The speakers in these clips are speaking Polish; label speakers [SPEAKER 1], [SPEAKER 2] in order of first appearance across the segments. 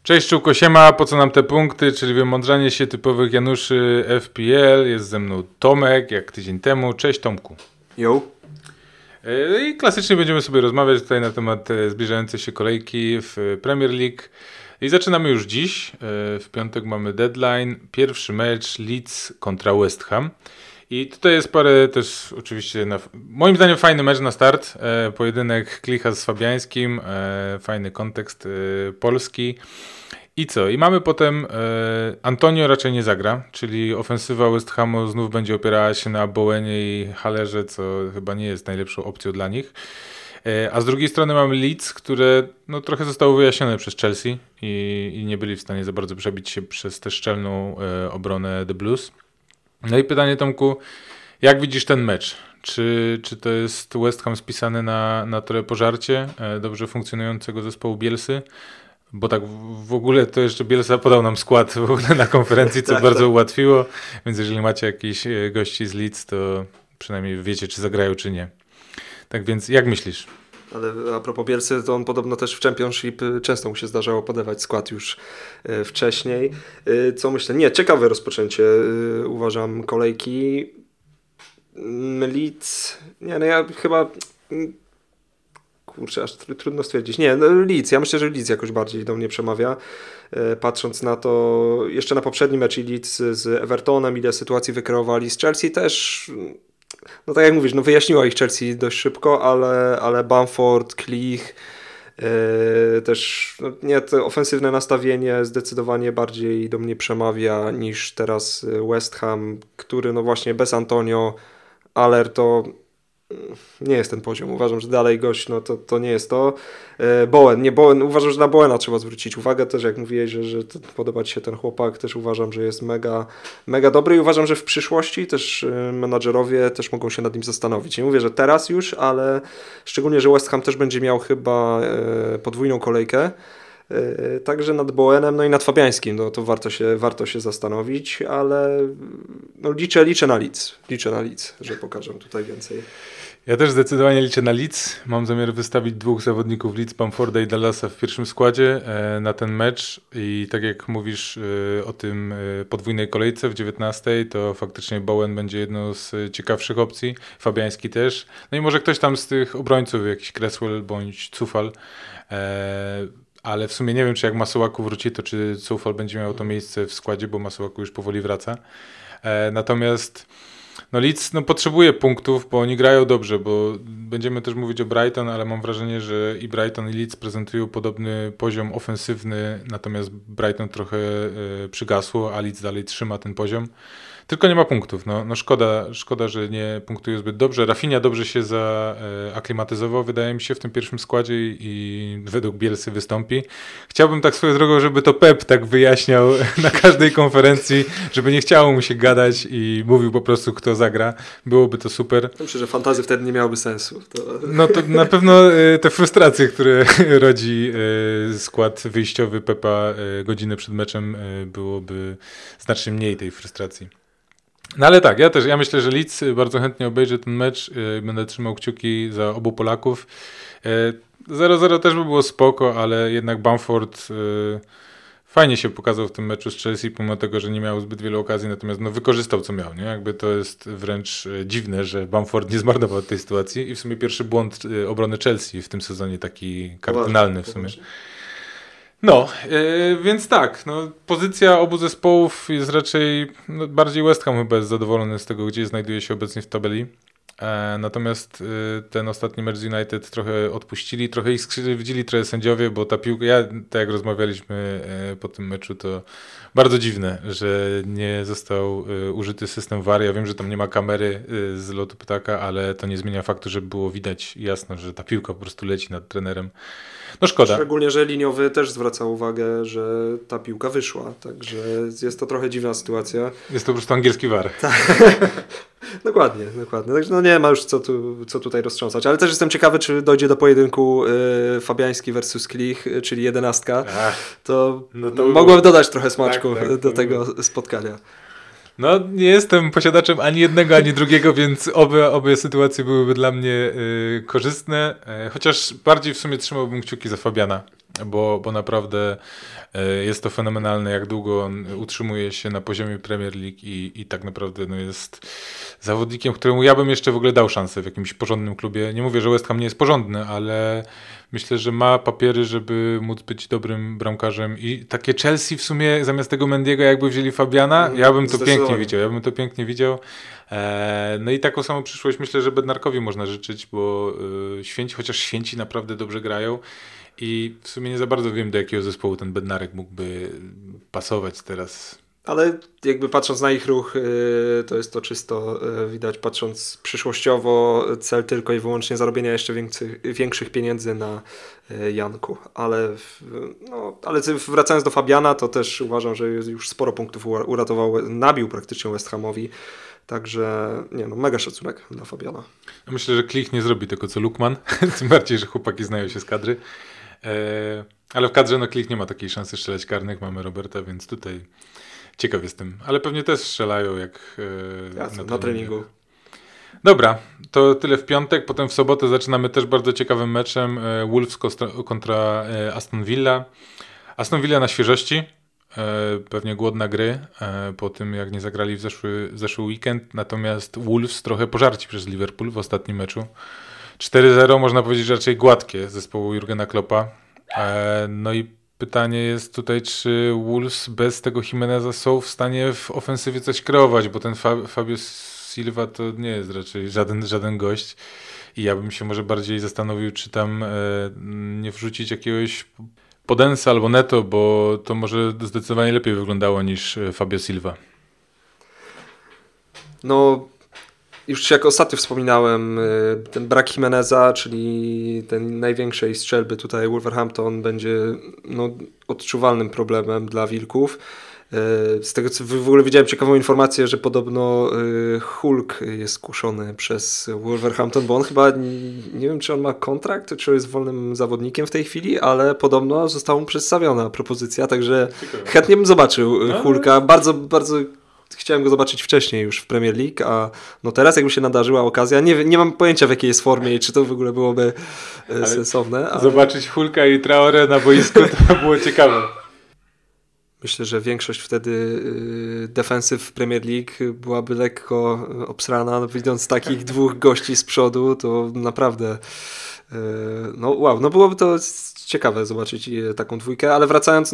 [SPEAKER 1] Cześć Czułko, siema, po co nam te punkty, czyli wymądrzanie się typowych Januszy FPL. Jest ze mną Tomek, jak tydzień temu. Cześć Tomku.
[SPEAKER 2] Jo.
[SPEAKER 1] I klasycznie będziemy sobie rozmawiać tutaj na temat zbliżającej się kolejki w Premier League. I zaczynamy już dziś. W piątek mamy deadline. Pierwszy mecz Leeds kontra West Ham. I tutaj jest parę też oczywiście, moim zdaniem fajny mecz na start. Pojedynek Klicha z Fabiańskim. Fajny kontekst polski. I co? I mamy potem Antonio raczej nie zagra, czyli ofensywa West Hamu znów będzie opierała się na Bowenie i Hallerze, co chyba nie jest najlepszą opcją dla nich. A z drugiej strony mamy Leeds, które trochę zostało wyjaśnione przez Chelsea i nie byli w stanie za bardzo przebić się przez tę szczelną obronę The Blues. No i pytanie, Tomku, jak widzisz ten mecz? Czy to jest West Ham spisany na torę pożarcie dobrze funkcjonującego zespołu Bielsy? Bo tak w ogóle to jeszcze Bielsa podał nam skład w ogóle na konferencji, co bardzo ułatwiło, więc jeżeli macie jakichś gości z Leeds, to przynajmniej wiecie, czy zagrają, czy nie. Tak więc jak myślisz?
[SPEAKER 2] Ale a propos Bielsy, to on podobno też w Championship często mu się zdarzało podawać skład już wcześniej. Co myślę? Nie, ciekawe rozpoczęcie uważam kolejki. Leeds, ja chyba... Kurczę, aż trudno stwierdzić. Nie, Leeds. Ja myślę, że Leeds jakoś bardziej do mnie przemawia. Patrząc na to, jeszcze na poprzedni mecz Leeds z Evertonem, ile sytuacji wykreowali. Z Chelsea też, tak jak mówisz, wyjaśniła ich Chelsea dość szybko, ale Bamford, Klich, też to ofensywne nastawienie zdecydowanie bardziej do mnie przemawia niż teraz West Ham, który właśnie bez Antonio, Haller to nie jest ten poziom. Uważam, że dalej gość, to nie jest to. Bowen, uważam, że na Bowena trzeba zwrócić uwagę też, jak mówiłeś, że podoba ci się ten chłopak, też uważam, że jest mega, mega dobry i uważam, że w przyszłości też menadżerowie też mogą się nad nim zastanowić. Nie mówię, że teraz już, ale szczególnie, że West Ham też będzie miał chyba podwójną kolejkę. Także nad Bowenem, i nad Fabiańskim, to warto się zastanowić, ale liczę na Leeds. Liczę na Leeds, że pokażę tutaj więcej.
[SPEAKER 1] Ja też zdecydowanie liczę na Leeds. Mam zamiar wystawić 2 zawodników Leeds, Bamforda i Dallasa w pierwszym składzie na ten mecz i tak jak mówisz o tym podwójnej kolejce w 19, to faktycznie Bowen będzie jedną z ciekawszych opcji, Fabiański też. No i może ktoś tam z tych obrońców, jakiś Cresswell bądź Coufal, ale w sumie nie wiem, czy jak Masuaku wróci, to czy Coufal będzie miał to miejsce w składzie, bo Masuaku już powoli wraca. Natomiast Leeds potrzebuje punktów, bo oni grają dobrze, bo będziemy też mówić o Brighton, ale mam wrażenie, że i Brighton i Leeds prezentują podobny poziom ofensywny, natomiast Brighton trochę przygasło, a Leeds dalej trzyma ten poziom. Tylko nie ma punktów. Szkoda, że nie punktują zbyt dobrze. Rafinha dobrze się zaaklimatyzował, wydaje mi się, w tym pierwszym składzie i według Bielsy wystąpi. Chciałbym tak swoją drogą, żeby to Pep tak wyjaśniał na każdej konferencji, żeby nie chciało mu się gadać i mówił po prostu, kto zagra. Byłoby to super.
[SPEAKER 2] Myślę, że fantazje wtedy nie miałyby sensu.
[SPEAKER 1] To na pewno te frustracje, które rodzi skład wyjściowy Pepa godzinę przed meczem, byłoby znacznie mniej tej frustracji. Ale tak, ja myślę, że Leeds bardzo chętnie obejrzy ten mecz. Będę trzymał kciuki za obu Polaków. 0-0 też by było spoko, ale jednak Bamford fajnie się pokazał w tym meczu z Chelsea, pomimo tego, że nie miał zbyt wielu okazji, natomiast wykorzystał co miał. Nie? Jakby to jest wręcz dziwne, że Bamford nie zmarnował tej sytuacji i w sumie pierwszy błąd obrony Chelsea w tym sezonie, taki kardynalny w sumie. Więc tak, pozycja obu zespołów jest raczej, bardziej West Ham chyba jest zadowolony z tego, gdzie znajduje się obecnie w tabeli. Natomiast ten ostatni mecz z United trochę odpuścili, trochę ich skrzywdzili, trochę sędziowie, bo ta piłka, tak jak rozmawialiśmy po tym meczu, to bardzo dziwne, że nie został użyty system VAR. Ja wiem, że tam nie ma kamery z lotu ptaka, ale to nie zmienia faktu, że było widać jasno, że ta piłka po prostu leci nad trenerem. Szkoda.
[SPEAKER 2] Szczególnie, że liniowy też zwraca uwagę, że ta piłka wyszła, także jest to trochę dziwna sytuacja.
[SPEAKER 1] Jest to po prostu angielski VAR.
[SPEAKER 2] Tak. Dokładnie. Także nie ma już co tutaj roztrząsać, ale też jestem ciekawy, czy dojdzie do pojedynku Fabiański versus Klich, czyli 11. To mogłoby dodać trochę smaczku do tego spotkania.
[SPEAKER 1] Nie jestem posiadaczem ani jednego, ani drugiego, więc obie sytuacje byłyby dla mnie korzystne, chociaż bardziej w sumie trzymałbym kciuki za Fabiana. bo naprawdę jest to fenomenalne, jak długo on utrzymuje się na poziomie Premier League i tak naprawdę no, jest zawodnikiem, któremu ja bym jeszcze w ogóle dał szansę w jakimś porządnym klubie. Nie mówię, że West Ham nie jest porządny, ale myślę, że ma papiery, żeby móc być dobrym bramkarzem i takie Chelsea w sumie zamiast tego Mendiego jakby wzięli Fabiana, ja bym to pięknie widział. No i taką samą przyszłość myślę, że Bednarkowi można życzyć, bo chociaż święci naprawdę dobrze grają i w sumie nie za bardzo wiem, do jakiego zespołu ten Bednarek mógłby pasować teraz.
[SPEAKER 2] Ale jakby patrząc na ich ruch, to jest to czysto widać, patrząc przyszłościowo, cel tylko i wyłącznie zarobienia jeszcze większych pieniędzy na Janku. Ale wracając do Fabiana, to też uważam, że już sporo punktów uratował, nabił praktycznie West Hamowi. Także mega szacunek dla Fabiana.
[SPEAKER 1] Myślę, że Klich nie zrobi tego co Lukman, tym bardziej, że chłopaki znają się z kadry. Ale w kadrze Klich nie ma takiej szansy strzelać karnych, mamy Roberta, więc tutaj ciekaw jestem. Ale pewnie też strzelają jak
[SPEAKER 2] na treningu.
[SPEAKER 1] Dobra, to tyle w piątek. Potem w sobotę zaczynamy też bardzo ciekawym meczem Wolves kontra Aston Villa. Aston Villa na świeżości. Pewnie głodna gry po tym, jak nie zagrali w zeszły weekend. Natomiast Wolves trochę pożarci przez Liverpool w ostatnim meczu. 4-0 można powiedzieć, że raczej gładkie zespołu Jurgena Kloppa. No i pytanie jest tutaj, czy Wolves bez tego Jimeneza są w stanie w ofensywie coś kreować, bo ten Fabio Silva to nie jest raczej żaden gość. I ja bym się może bardziej zastanowił, czy tam nie wrzucić jakiegoś Podensa albo Neto, bo to może zdecydowanie lepiej wyglądało niż Fabio Silva.
[SPEAKER 2] No, już jak ostatnio wspominałem, ten brak Jimeneza, czyli ten największej strzelby tutaj Wolverhampton będzie odczuwalnym problemem dla Wilków. Z tego co w ogóle widziałem ciekawą informację, że podobno Hulk jest kuszony przez Wolverhampton, bo on chyba, nie wiem czy on ma kontrakt, czy jest wolnym zawodnikiem w tej chwili, ale podobno została mu przedstawiona propozycja, także chętnie bym zobaczył Hulka. Bardzo, bardzo chciałem go zobaczyć wcześniej już w Premier League, a teraz jakby się nadarzyła okazja, nie mam pojęcia w jakiej jest formie i czy to w ogóle byłoby sensowne. Ale
[SPEAKER 1] zobaczyć Hulka i Traoré na boisku to było ciekawe.
[SPEAKER 2] Myślę, że większość wtedy defensyw w Premier League byłaby lekko obsrana. Widząc takich dwóch gości z przodu, to naprawdę byłoby to ciekawe zobaczyć taką dwójkę, ale wracając,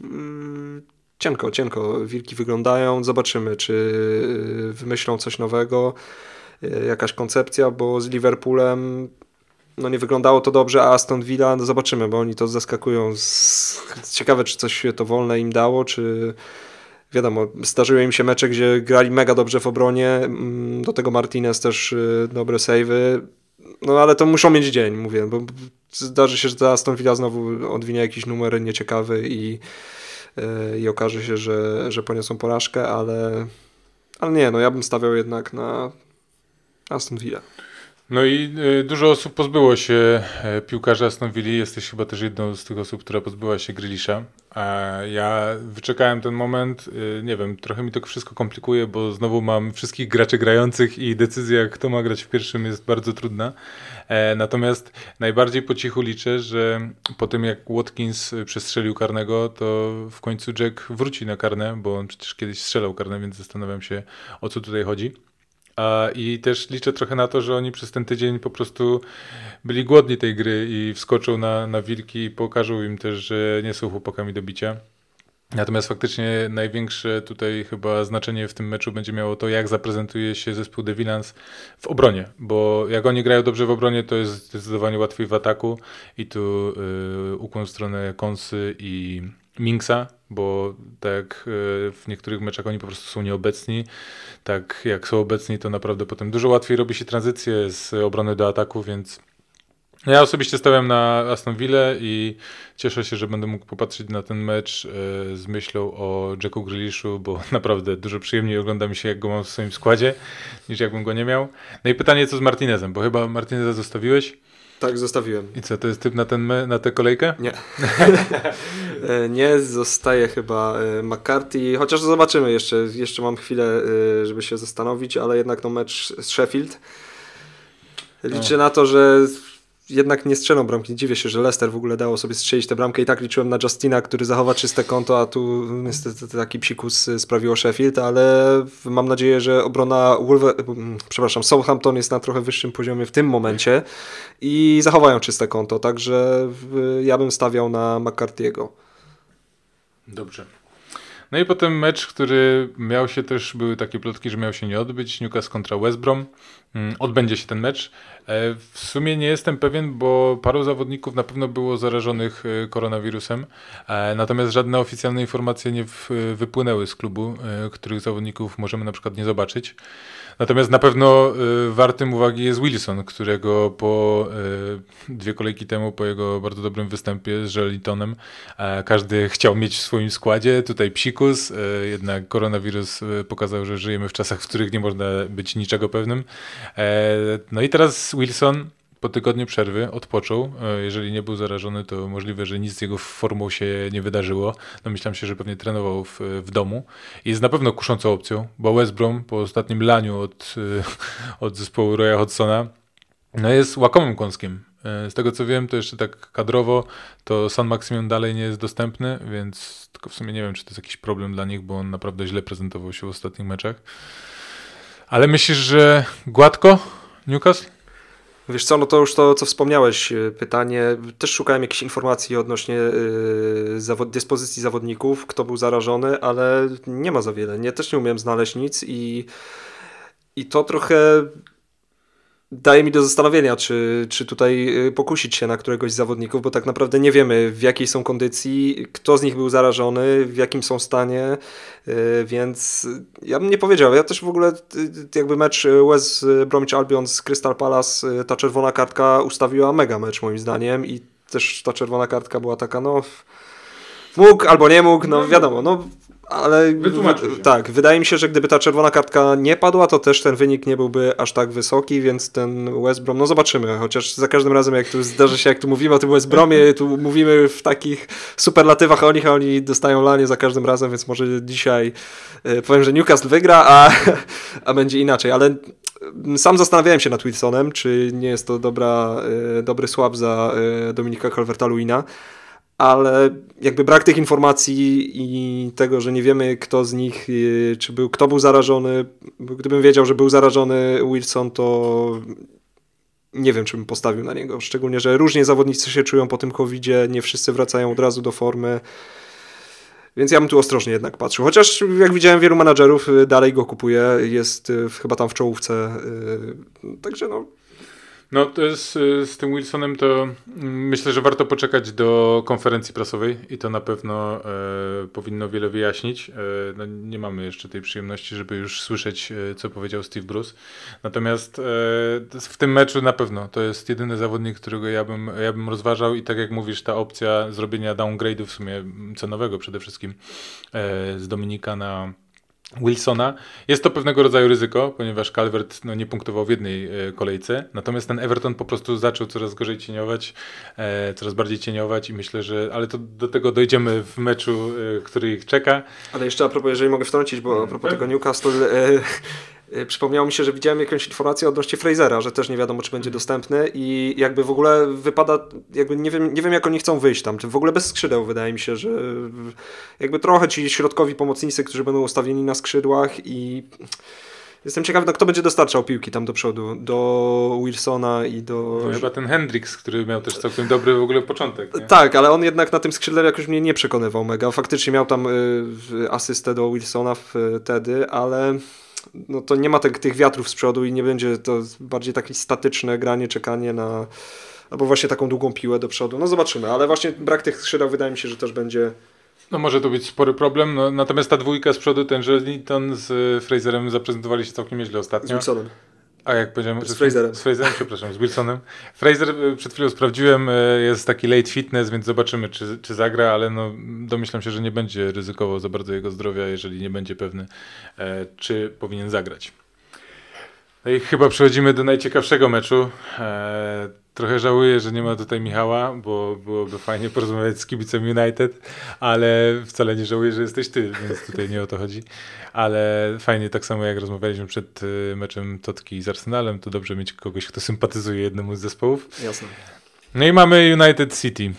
[SPEAKER 2] cienko Wilki wyglądają. Zobaczymy, czy wymyślą coś nowego, jakaś koncepcja, bo z Liverpoolem nie wyglądało to dobrze, a Aston Villa, zobaczymy, bo oni to zaskakują. Ciekawe, czy coś to wolne im dało, czy wiadomo, zdarzyły im się mecze, gdzie grali mega dobrze w obronie, do tego Martinez też dobre save'y, ale to muszą mieć dzień, mówię, bo zdarzy się, że ta Aston Villa znowu odwinie jakiś numer nieciekawy i okaże się, że poniosą porażkę, ale nie, ja bym stawiał jednak na Aston Villa.
[SPEAKER 1] No i dużo osób pozbyło się piłkarza Aston Villa. Jesteś chyba też jedną z tych osób, która pozbyła się Grealisha. A ja wyczekałem ten moment. Nie wiem, trochę mi to wszystko komplikuje, bo znowu mam wszystkich graczy grających i decyzja, kto ma grać w pierwszym, jest bardzo trudna. Natomiast najbardziej po cichu liczę, że po tym jak Watkins przestrzelił karnego, to w końcu Jack wróci na karne, bo on przecież kiedyś strzelał karne, więc zastanawiam się, o co tutaj chodzi. I też liczę trochę na to, że oni przez ten tydzień po prostu byli głodni tej gry i wskoczą na Wilki i pokażą im też, że nie są chłopakami do bicia. Natomiast faktycznie największe tutaj chyba znaczenie w tym meczu będzie miało to, jak zaprezentuje się zespół The Villans w obronie, bo jak oni grają dobrze w obronie, to jest zdecydowanie łatwiej w ataku i tu ukłon w stronę Konsy i Minksa, bo tak w niektórych meczach oni po prostu są nieobecni. Tak jak są obecni, to naprawdę potem dużo łatwiej robi się tranzycję z obrony do ataku, więc ja osobiście stawiam na Aston Villę i cieszę się, że będę mógł popatrzeć na ten mecz z myślą o Jacku Grealishu, bo naprawdę dużo przyjemniej ogląda mi się, jak go mam w swoim składzie, niż jakbym go nie miał. No i pytanie, co z Martinezem, bo chyba Martineza zostawiłeś?
[SPEAKER 2] Tak, zostawiłem.
[SPEAKER 1] I co, to jest typ na tę kolejkę?
[SPEAKER 2] Nie. Nie, zostaje chyba McCarthy, chociaż zobaczymy jeszcze mam chwilę, żeby się zastanowić, ale jednak mecz z Sheffield. Liczę na to, że jednak nie strzelą bramki. Dziwię się, że Leicester w ogóle dało sobie strzelić tę bramkę i tak liczyłem na Justina, który zachowa czyste konto, a tu niestety taki psikus sprawiło Sheffield, ale mam nadzieję, że obrona Southampton jest na trochę wyższym poziomie w tym momencie i zachowają czyste konto, także ja bym stawiał na McCarthy'ego.
[SPEAKER 1] Dobrze. No i potem mecz, który miał się też, były takie plotki, że miał się nie odbyć, Newcastle kontra West Brom. Odbędzie się ten mecz. W sumie nie jestem pewien, bo paru zawodników na pewno było zarażonych koronawirusem, natomiast żadne oficjalne informacje nie wypłynęły z klubu, których zawodników możemy na przykład nie zobaczyć. Natomiast na pewno wartym uwagi jest Wilson, którego po 2 kolejki temu, po jego bardzo dobrym występie z Joelintonem, każdy chciał mieć w swoim składzie. Tutaj psikus, jednak koronawirus pokazał, że żyjemy w czasach, w których nie można być niczego pewnym. No i teraz Wilson po tygodniu przerwy odpoczął. Jeżeli nie był zarażony, to możliwe, że nic z jego formą się nie wydarzyło. Domyślam się, że pewnie trenował w domu. I jest na pewno kuszącą opcją, bo West Brom po ostatnim laniu od zespołu Roya Hodgsona no jest łakomym kąskiem. Z tego co wiem, to jeszcze tak kadrowo, to San Maximin dalej nie jest dostępny, więc tylko w sumie nie wiem, czy to jest jakiś problem dla nich, bo on naprawdę źle prezentował się w ostatnich meczach. Ale myślisz, że gładko Newcastle?
[SPEAKER 2] Wiesz co, no to już to, co wspomniałeś, pytanie. Też szukałem jakichś informacji odnośnie dyspozycji zawodników, kto był zarażony, ale nie ma za wiele. Też nie umiem znaleźć nic i to trochę daje mi do zastanowienia, czy tutaj pokusić się na któregoś z zawodników, bo tak naprawdę nie wiemy, w jakiej są kondycji, kto z nich był zarażony, w jakim są stanie, więc ja bym nie powiedział. Ja też w ogóle jakby mecz West Bromwich Albion z Crystal Palace, ta czerwona kartka ustawiła mega mecz moim zdaniem i też ta czerwona kartka była taka, no mógł albo nie mógł, no wiadomo, no ale tak, wydaje mi się, że gdyby ta czerwona kartka nie padła, to też ten wynik nie byłby aż tak wysoki, więc ten West Brom, no zobaczymy, chociaż za każdym razem jak tu zdarzy się, jak tu mówimy o tym West Bromie, tu mówimy w takich superlatywach o nich, a oni dostają lanie za każdym razem, więc może dzisiaj powiem, że Newcastle wygra, a będzie inaczej, ale sam zastanawiałem się nad Wilsonem, czy nie jest to dobry swap za Dominika Calverta-Lewina, ale jakby brak tych informacji i tego, że nie wiemy kto z nich, kto był zarażony, gdybym wiedział, że był zarażony Wilson, to nie wiem, czy bym postawił na niego, szczególnie, że różnie zawodnicy się czują po tym COVID-zie, nie wszyscy wracają od razu do formy, więc ja bym tu ostrożnie jednak patrzył, chociaż jak widziałem wielu menadżerów dalej go kupuje, jest chyba tam w czołówce, także no.
[SPEAKER 1] No to jest z tym Wilsonem to myślę, że warto poczekać do konferencji prasowej i to na pewno powinno wiele wyjaśnić. No, nie mamy jeszcze tej przyjemności, żeby już słyszeć, co powiedział Steve Bruce. Natomiast w tym meczu na pewno to jest jedyny zawodnik, którego ja bym rozważał i tak jak mówisz, ta opcja zrobienia downgrade'u w sumie cenowego przede wszystkim z Dominika na Wilsona. Jest to pewnego rodzaju ryzyko, ponieważ Calvert nie punktował w jednej kolejce, natomiast ten Everton po prostu zaczął coraz gorzej cieniować, coraz bardziej cieniować i myślę, że ale to do tego dojdziemy w meczu, który ich czeka.
[SPEAKER 2] Ale jeszcze a propos, jeżeli mogę wtrącić, bo a propos tego Newcastle, przypomniało mi się, że widziałem jakąś informację odnośnie Frasera, że też nie wiadomo, czy będzie dostępny i jakby w ogóle wypada, jakby nie wiem jak oni chcą wyjść tam, w ogóle bez skrzydeł wydaje mi się, że jakby trochę ci środkowi pomocnicy, którzy będą ustawieni na skrzydłach i jestem ciekawy, no, kto będzie dostarczał piłki tam do przodu, do Wilsona i do...
[SPEAKER 1] No, chyba ten Hendricks, który miał też całkiem dobry w ogóle początek. Nie?
[SPEAKER 2] Tak, ale on jednak na tym skrzydle jakoś mnie nie przekonywał mega, faktycznie miał tam asystę do Wilsona wtedy, ale... No to nie ma tych wiatrów z przodu i nie będzie to bardziej takie statyczne granie, czekanie na albo właśnie taką długą piłę do przodu. No zobaczymy, ale właśnie brak tych skrzydeł wydaje mi się, że też będzie...
[SPEAKER 1] No może to być spory problem, no, natomiast ta dwójka z przodu, ten Joelinton z Fraserem zaprezentowali się całkiem nieźle ostatnio.
[SPEAKER 2] Z Wilsonem.
[SPEAKER 1] A jak powiedziałem?
[SPEAKER 2] Z Fraserem.
[SPEAKER 1] Z Fraserem, przepraszam, z Wilsonem. Fraser przed chwilą sprawdziłem, jest taki late fitness, więc zobaczymy, czy zagra, ale no, domyślam się, że nie będzie ryzykował za bardzo jego zdrowia, jeżeli nie będzie pewny, czy powinien zagrać. No i chyba przechodzimy do najciekawszego meczu. trochę żałuję, że nie ma tutaj Michała, bo byłoby fajnie porozmawiać z kibicem United, ale wcale nie żałuję, że jesteś ty, więc tutaj nie o to chodzi. Ale fajnie, tak samo jak rozmawialiśmy przed meczem Totki z Arsenalem, to dobrze mieć kogoś, kto sympatyzuje jednemu z zespołów.
[SPEAKER 2] Jasne.
[SPEAKER 1] No i mamy United City.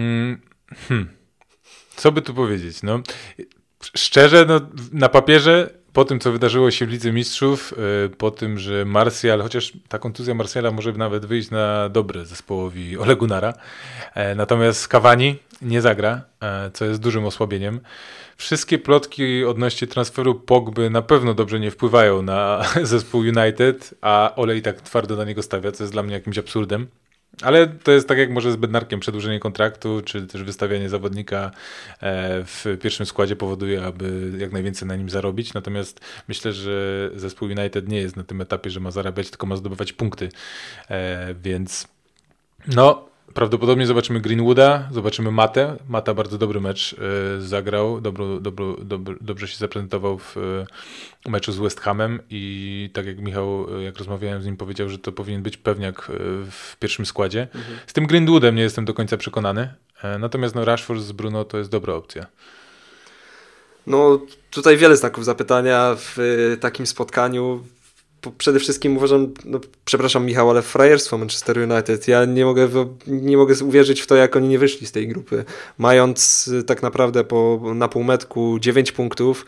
[SPEAKER 1] Co by tu powiedzieć? No, szczerze, no, na papierze, po tym, co wydarzyło się w Lidze Mistrzów, po tym, że Martial, chociaż ta kontuzja Martiala może nawet wyjść na dobre zespołowi Ole Gunnara, natomiast Cavani nie zagra, co jest dużym osłabieniem. Wszystkie plotki odnośnie transferu Pogby na pewno dobrze nie wpływają na zespół United, a Ole i tak twardo na niego stawia, co jest dla mnie jakimś absurdem. Ale to jest tak jak może z Bednarkiem, przedłużenie kontraktu, czy też wystawianie zawodnika w pierwszym składzie powoduje, aby jak najwięcej na nim zarobić. Natomiast myślę, że zespół United nie jest na tym etapie, że ma zarabiać, tylko ma zdobywać punkty. Więc no, prawdopodobnie zobaczymy Greenwooda, zobaczymy Matę. Mata bardzo dobry mecz zagrał, dobrze się zaprezentował w meczu z West Hamem i tak jak Michał, jak rozmawiałem z nim, powiedział, że to powinien być pewniak w pierwszym składzie. Z tym Greenwoodem nie jestem do końca przekonany, natomiast no, Rashford z Bruno to jest dobra opcja.
[SPEAKER 2] No tutaj wiele znaków zapytania w takim spotkaniu. Przede wszystkim uważam, no, przepraszam Michał, ale frajerstwo Manchester United. Ja nie mogę uwierzyć w to, jak oni nie wyszli z tej grupy. Mając tak naprawdę na półmetku 9 punktów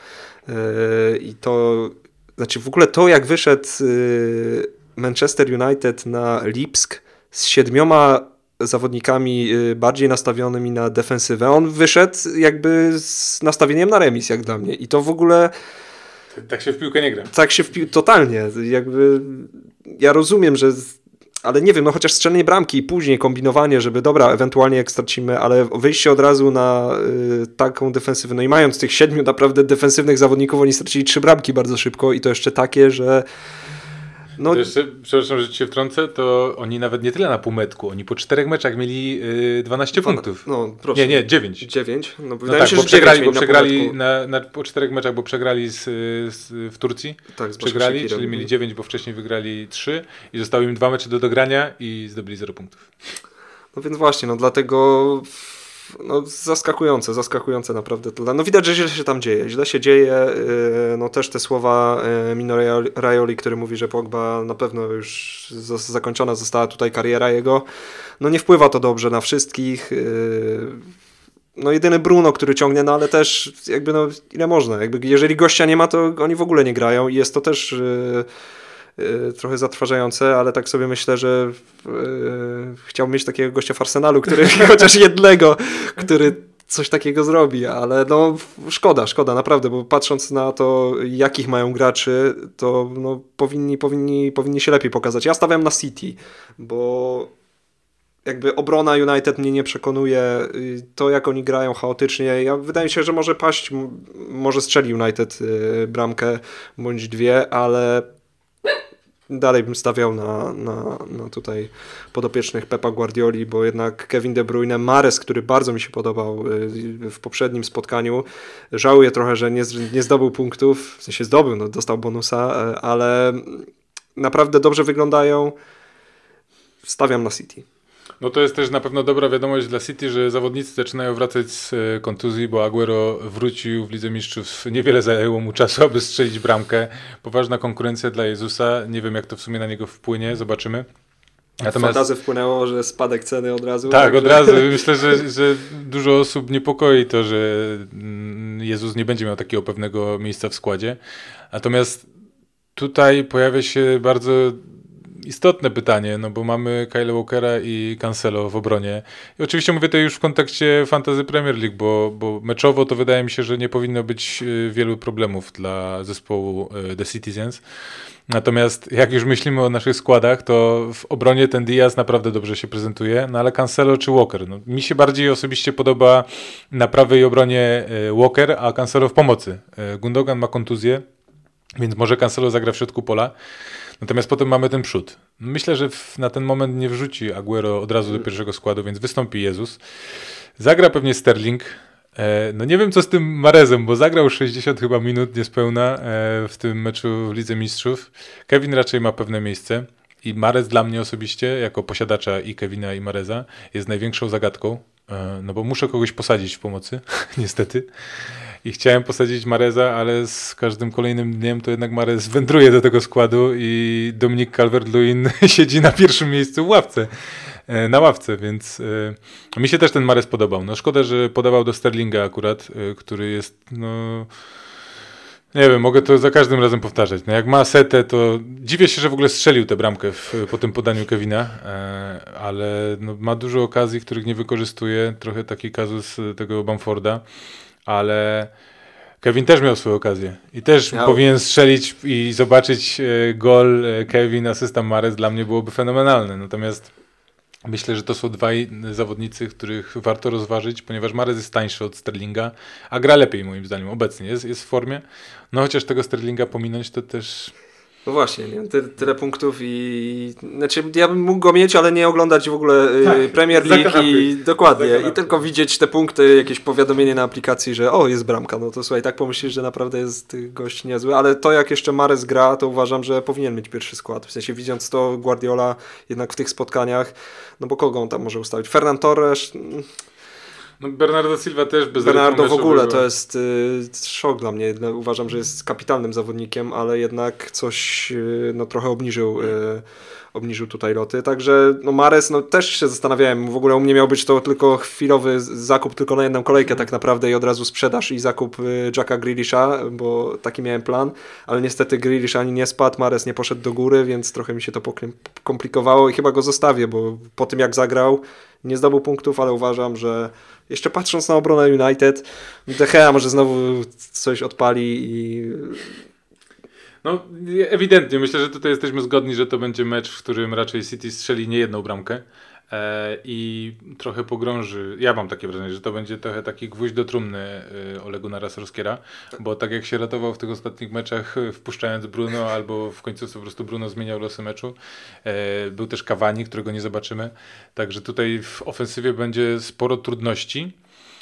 [SPEAKER 2] i to, znaczy w ogóle to, jak wyszedł Manchester United na Lipsk z 7 zawodnikami bardziej nastawionymi na defensywę. On wyszedł jakby z nastawieniem na remis, jak dla mnie. I to w ogóle...
[SPEAKER 1] Tak się w piłkę nie gra.
[SPEAKER 2] Tak się totalnie. Jakby ja rozumiem, że... Ale nie wiem, no chociaż strzelenie bramki i później kombinowanie, żeby dobra, ewentualnie jak stracimy, ale wyjście od razu na taką defensywę. No i mając tych 7 naprawdę defensywnych zawodników, oni stracili 3 bramki bardzo szybko i to jeszcze takie, że...
[SPEAKER 1] No. To jeszcze, przepraszam, że ci się wtrącę, to oni nawet nie tyle na półmetku, oni po 4 meczach mieli 12 punktów.
[SPEAKER 2] No, proszę.
[SPEAKER 1] Nie, 9.
[SPEAKER 2] 9? No,
[SPEAKER 1] wydaje mi się, że przegrali po 4 meczach, bo przegrali w Turcji. Tak, przegrali, czyli mieli 9, bo wcześniej wygrali 3 i zostały im 2 mecze do dogrania i zdobyli 0 punktów.
[SPEAKER 2] No więc właśnie, no dlatego... No zaskakujące naprawdę. No widać, że źle się tam dzieje. Źle się dzieje. No też te słowa Mino Raioli, który mówi, że Pogba na pewno już zakończona została tutaj kariera jego. No nie wpływa to dobrze na wszystkich. No jedyny Bruno, który ciągnie, no ale też jakby no ile można. Jakby jeżeli gościa nie ma, to oni w ogóle nie grają i jest to też... trochę zatrważające, ale tak sobie myślę, że chciałbym mieć takiego gościa w Arsenalu, chociaż jednego, który coś takiego zrobi, ale no szkoda, naprawdę, bo patrząc na to, jakich mają graczy, to no, powinni się lepiej pokazać. Ja stawiam na City, bo jakby obrona United mnie nie przekonuje, to jak oni grają chaotycznie, wydaje mi się, że może paść, może strzeli United bramkę bądź 2, ale dalej bym stawiał na tutaj podopiecznych Pepa Guardioli, bo jednak Kevin De Bruyne, Mahrez, który bardzo mi się podobał w poprzednim spotkaniu, żałuję trochę, że nie zdobył punktów, w sensie zdobył, no, dostał bonusa, ale naprawdę dobrze wyglądają. Stawiam na City.
[SPEAKER 1] No to jest też na pewno dobra wiadomość dla City, że zawodnicy zaczynają wracać z kontuzji, bo Aguero wrócił w Lidze Mistrzów. Niewiele zajęło mu czasu, aby strzelić bramkę. Poważna konkurencja dla Jezusa. Nie wiem, jak to w sumie na niego wpłynie. Zobaczymy.
[SPEAKER 2] Natomiast fantazję wpłynęło, że spadek ceny od razu.
[SPEAKER 1] Tak, od razu. Myślę, że dużo osób niepokoi to, że Jezus nie będzie miał takiego pewnego miejsca w składzie. Natomiast tutaj pojawia się bardzo istotne pytanie, no bo mamy Kyle Walkera i Cancelo w obronie. I oczywiście mówię to już w kontekście Fantasy Premier League, bo meczowo to wydaje mi się, że nie powinno być wielu problemów dla zespołu The Citizens. Natomiast jak już myślimy o naszych składach, to w obronie ten Diaz naprawdę dobrze się prezentuje, no ale Cancelo czy Walker? No, mi się bardziej osobiście podoba na prawej obronie Walker, a Cancelo w pomocy. Gundogan ma kontuzję, więc może Cancelo zagra w środku pola. Natomiast potem mamy ten przód. Myślę, że na ten moment nie wrzuci Aguero od razu do pierwszego składu, więc wystąpi Jezus. Zagra pewnie Sterling. No nie wiem, co z tym Mahrezem, bo zagrał 60 chyba minut niespełna w tym meczu w Lidze Mistrzów. Kevin raczej ma pewne miejsce. I Mahrez dla mnie osobiście, jako posiadacza i Kevina i Mahreza, jest największą zagadką, no bo muszę kogoś posadzić w pomocy, niestety. I chciałem posadzić Mahreza, ale z każdym kolejnym dniem to jednak Mahrez wędruje do tego składu i Dominic Calvert-Lewin siedzi na pierwszym miejscu na ławce, więc mi się też ten Mahrez podobał. No szkoda, że podawał do Sterlinga akurat, który jest, no nie wiem, mogę to za każdym razem powtarzać. No jak ma setę, to dziwię się, że w ogóle strzelił tę bramkę po tym podaniu Kevina, ale no, ma dużo okazji, których nie wykorzystuje. Trochę taki kazus tego Bamforda, ale Kevin też miał swoją okazję i też powinien strzelić i zobaczyć gol Kevin, asysta Mahrez, dla mnie byłoby fenomenalne. Natomiast myślę, że to są dwaj zawodnicy, których warto rozważyć, ponieważ Mahrez jest tańszy od Sterlinga, a gra lepiej moim zdaniem obecnie, jest w formie. No chociaż tego Sterlinga pominąć to też...
[SPEAKER 2] No właśnie, nie? Tyle punktów i... Znaczy ja bym mógł go mieć, ale nie oglądać w ogóle Premier League i dokładnie. I tylko widzieć te punkty, jakieś powiadomienie na aplikacji, że jest bramka. No to słuchaj, tak pomyślisz, że naprawdę jest gość niezły, ale to jak jeszcze Mahrez gra, to uważam, że powinien mieć pierwszy skład. W sensie widząc to Guardiola jednak w tych spotkaniach, no bo kogo on tam może ustawić? Ferran Torres...
[SPEAKER 1] No Bernardo Silva też bez
[SPEAKER 2] Bernardo w ogóle to jest szok dla mnie. Uważam, że jest kapitalnym zawodnikiem, ale jednak coś trochę obniżył tutaj loty. Także Mahrez też się zastanawiałem, w ogóle u mnie miał być to tylko chwilowy zakup tylko na jedną kolejkę tak naprawdę i od razu sprzedaż i zakup Jacka Grealisha, bo taki miałem plan, ale niestety Grealish ani nie spadł, Mahrez nie poszedł do góry, więc trochę mi się to komplikowało i chyba go zostawię, bo po tym jak zagrał nie zdobył punktów, ale uważam, że jeszcze patrząc na obronę United, De Gea może znowu coś odpali i...
[SPEAKER 1] No ewidentnie, myślę, że tutaj jesteśmy zgodni, że to będzie mecz, w którym raczej City strzeli nie jedną bramkę i trochę pogrąży, ja mam takie wrażenie, że to będzie trochę taki gwóźdź do trumny Ole Gunnara Solskjaera, bo tak jak się ratował w tych ostatnich meczach wpuszczając Bruno, albo w końcu po prostu Bruno zmieniał losy meczu, był też Cavani, którego nie zobaczymy, także tutaj w ofensywie będzie sporo trudności.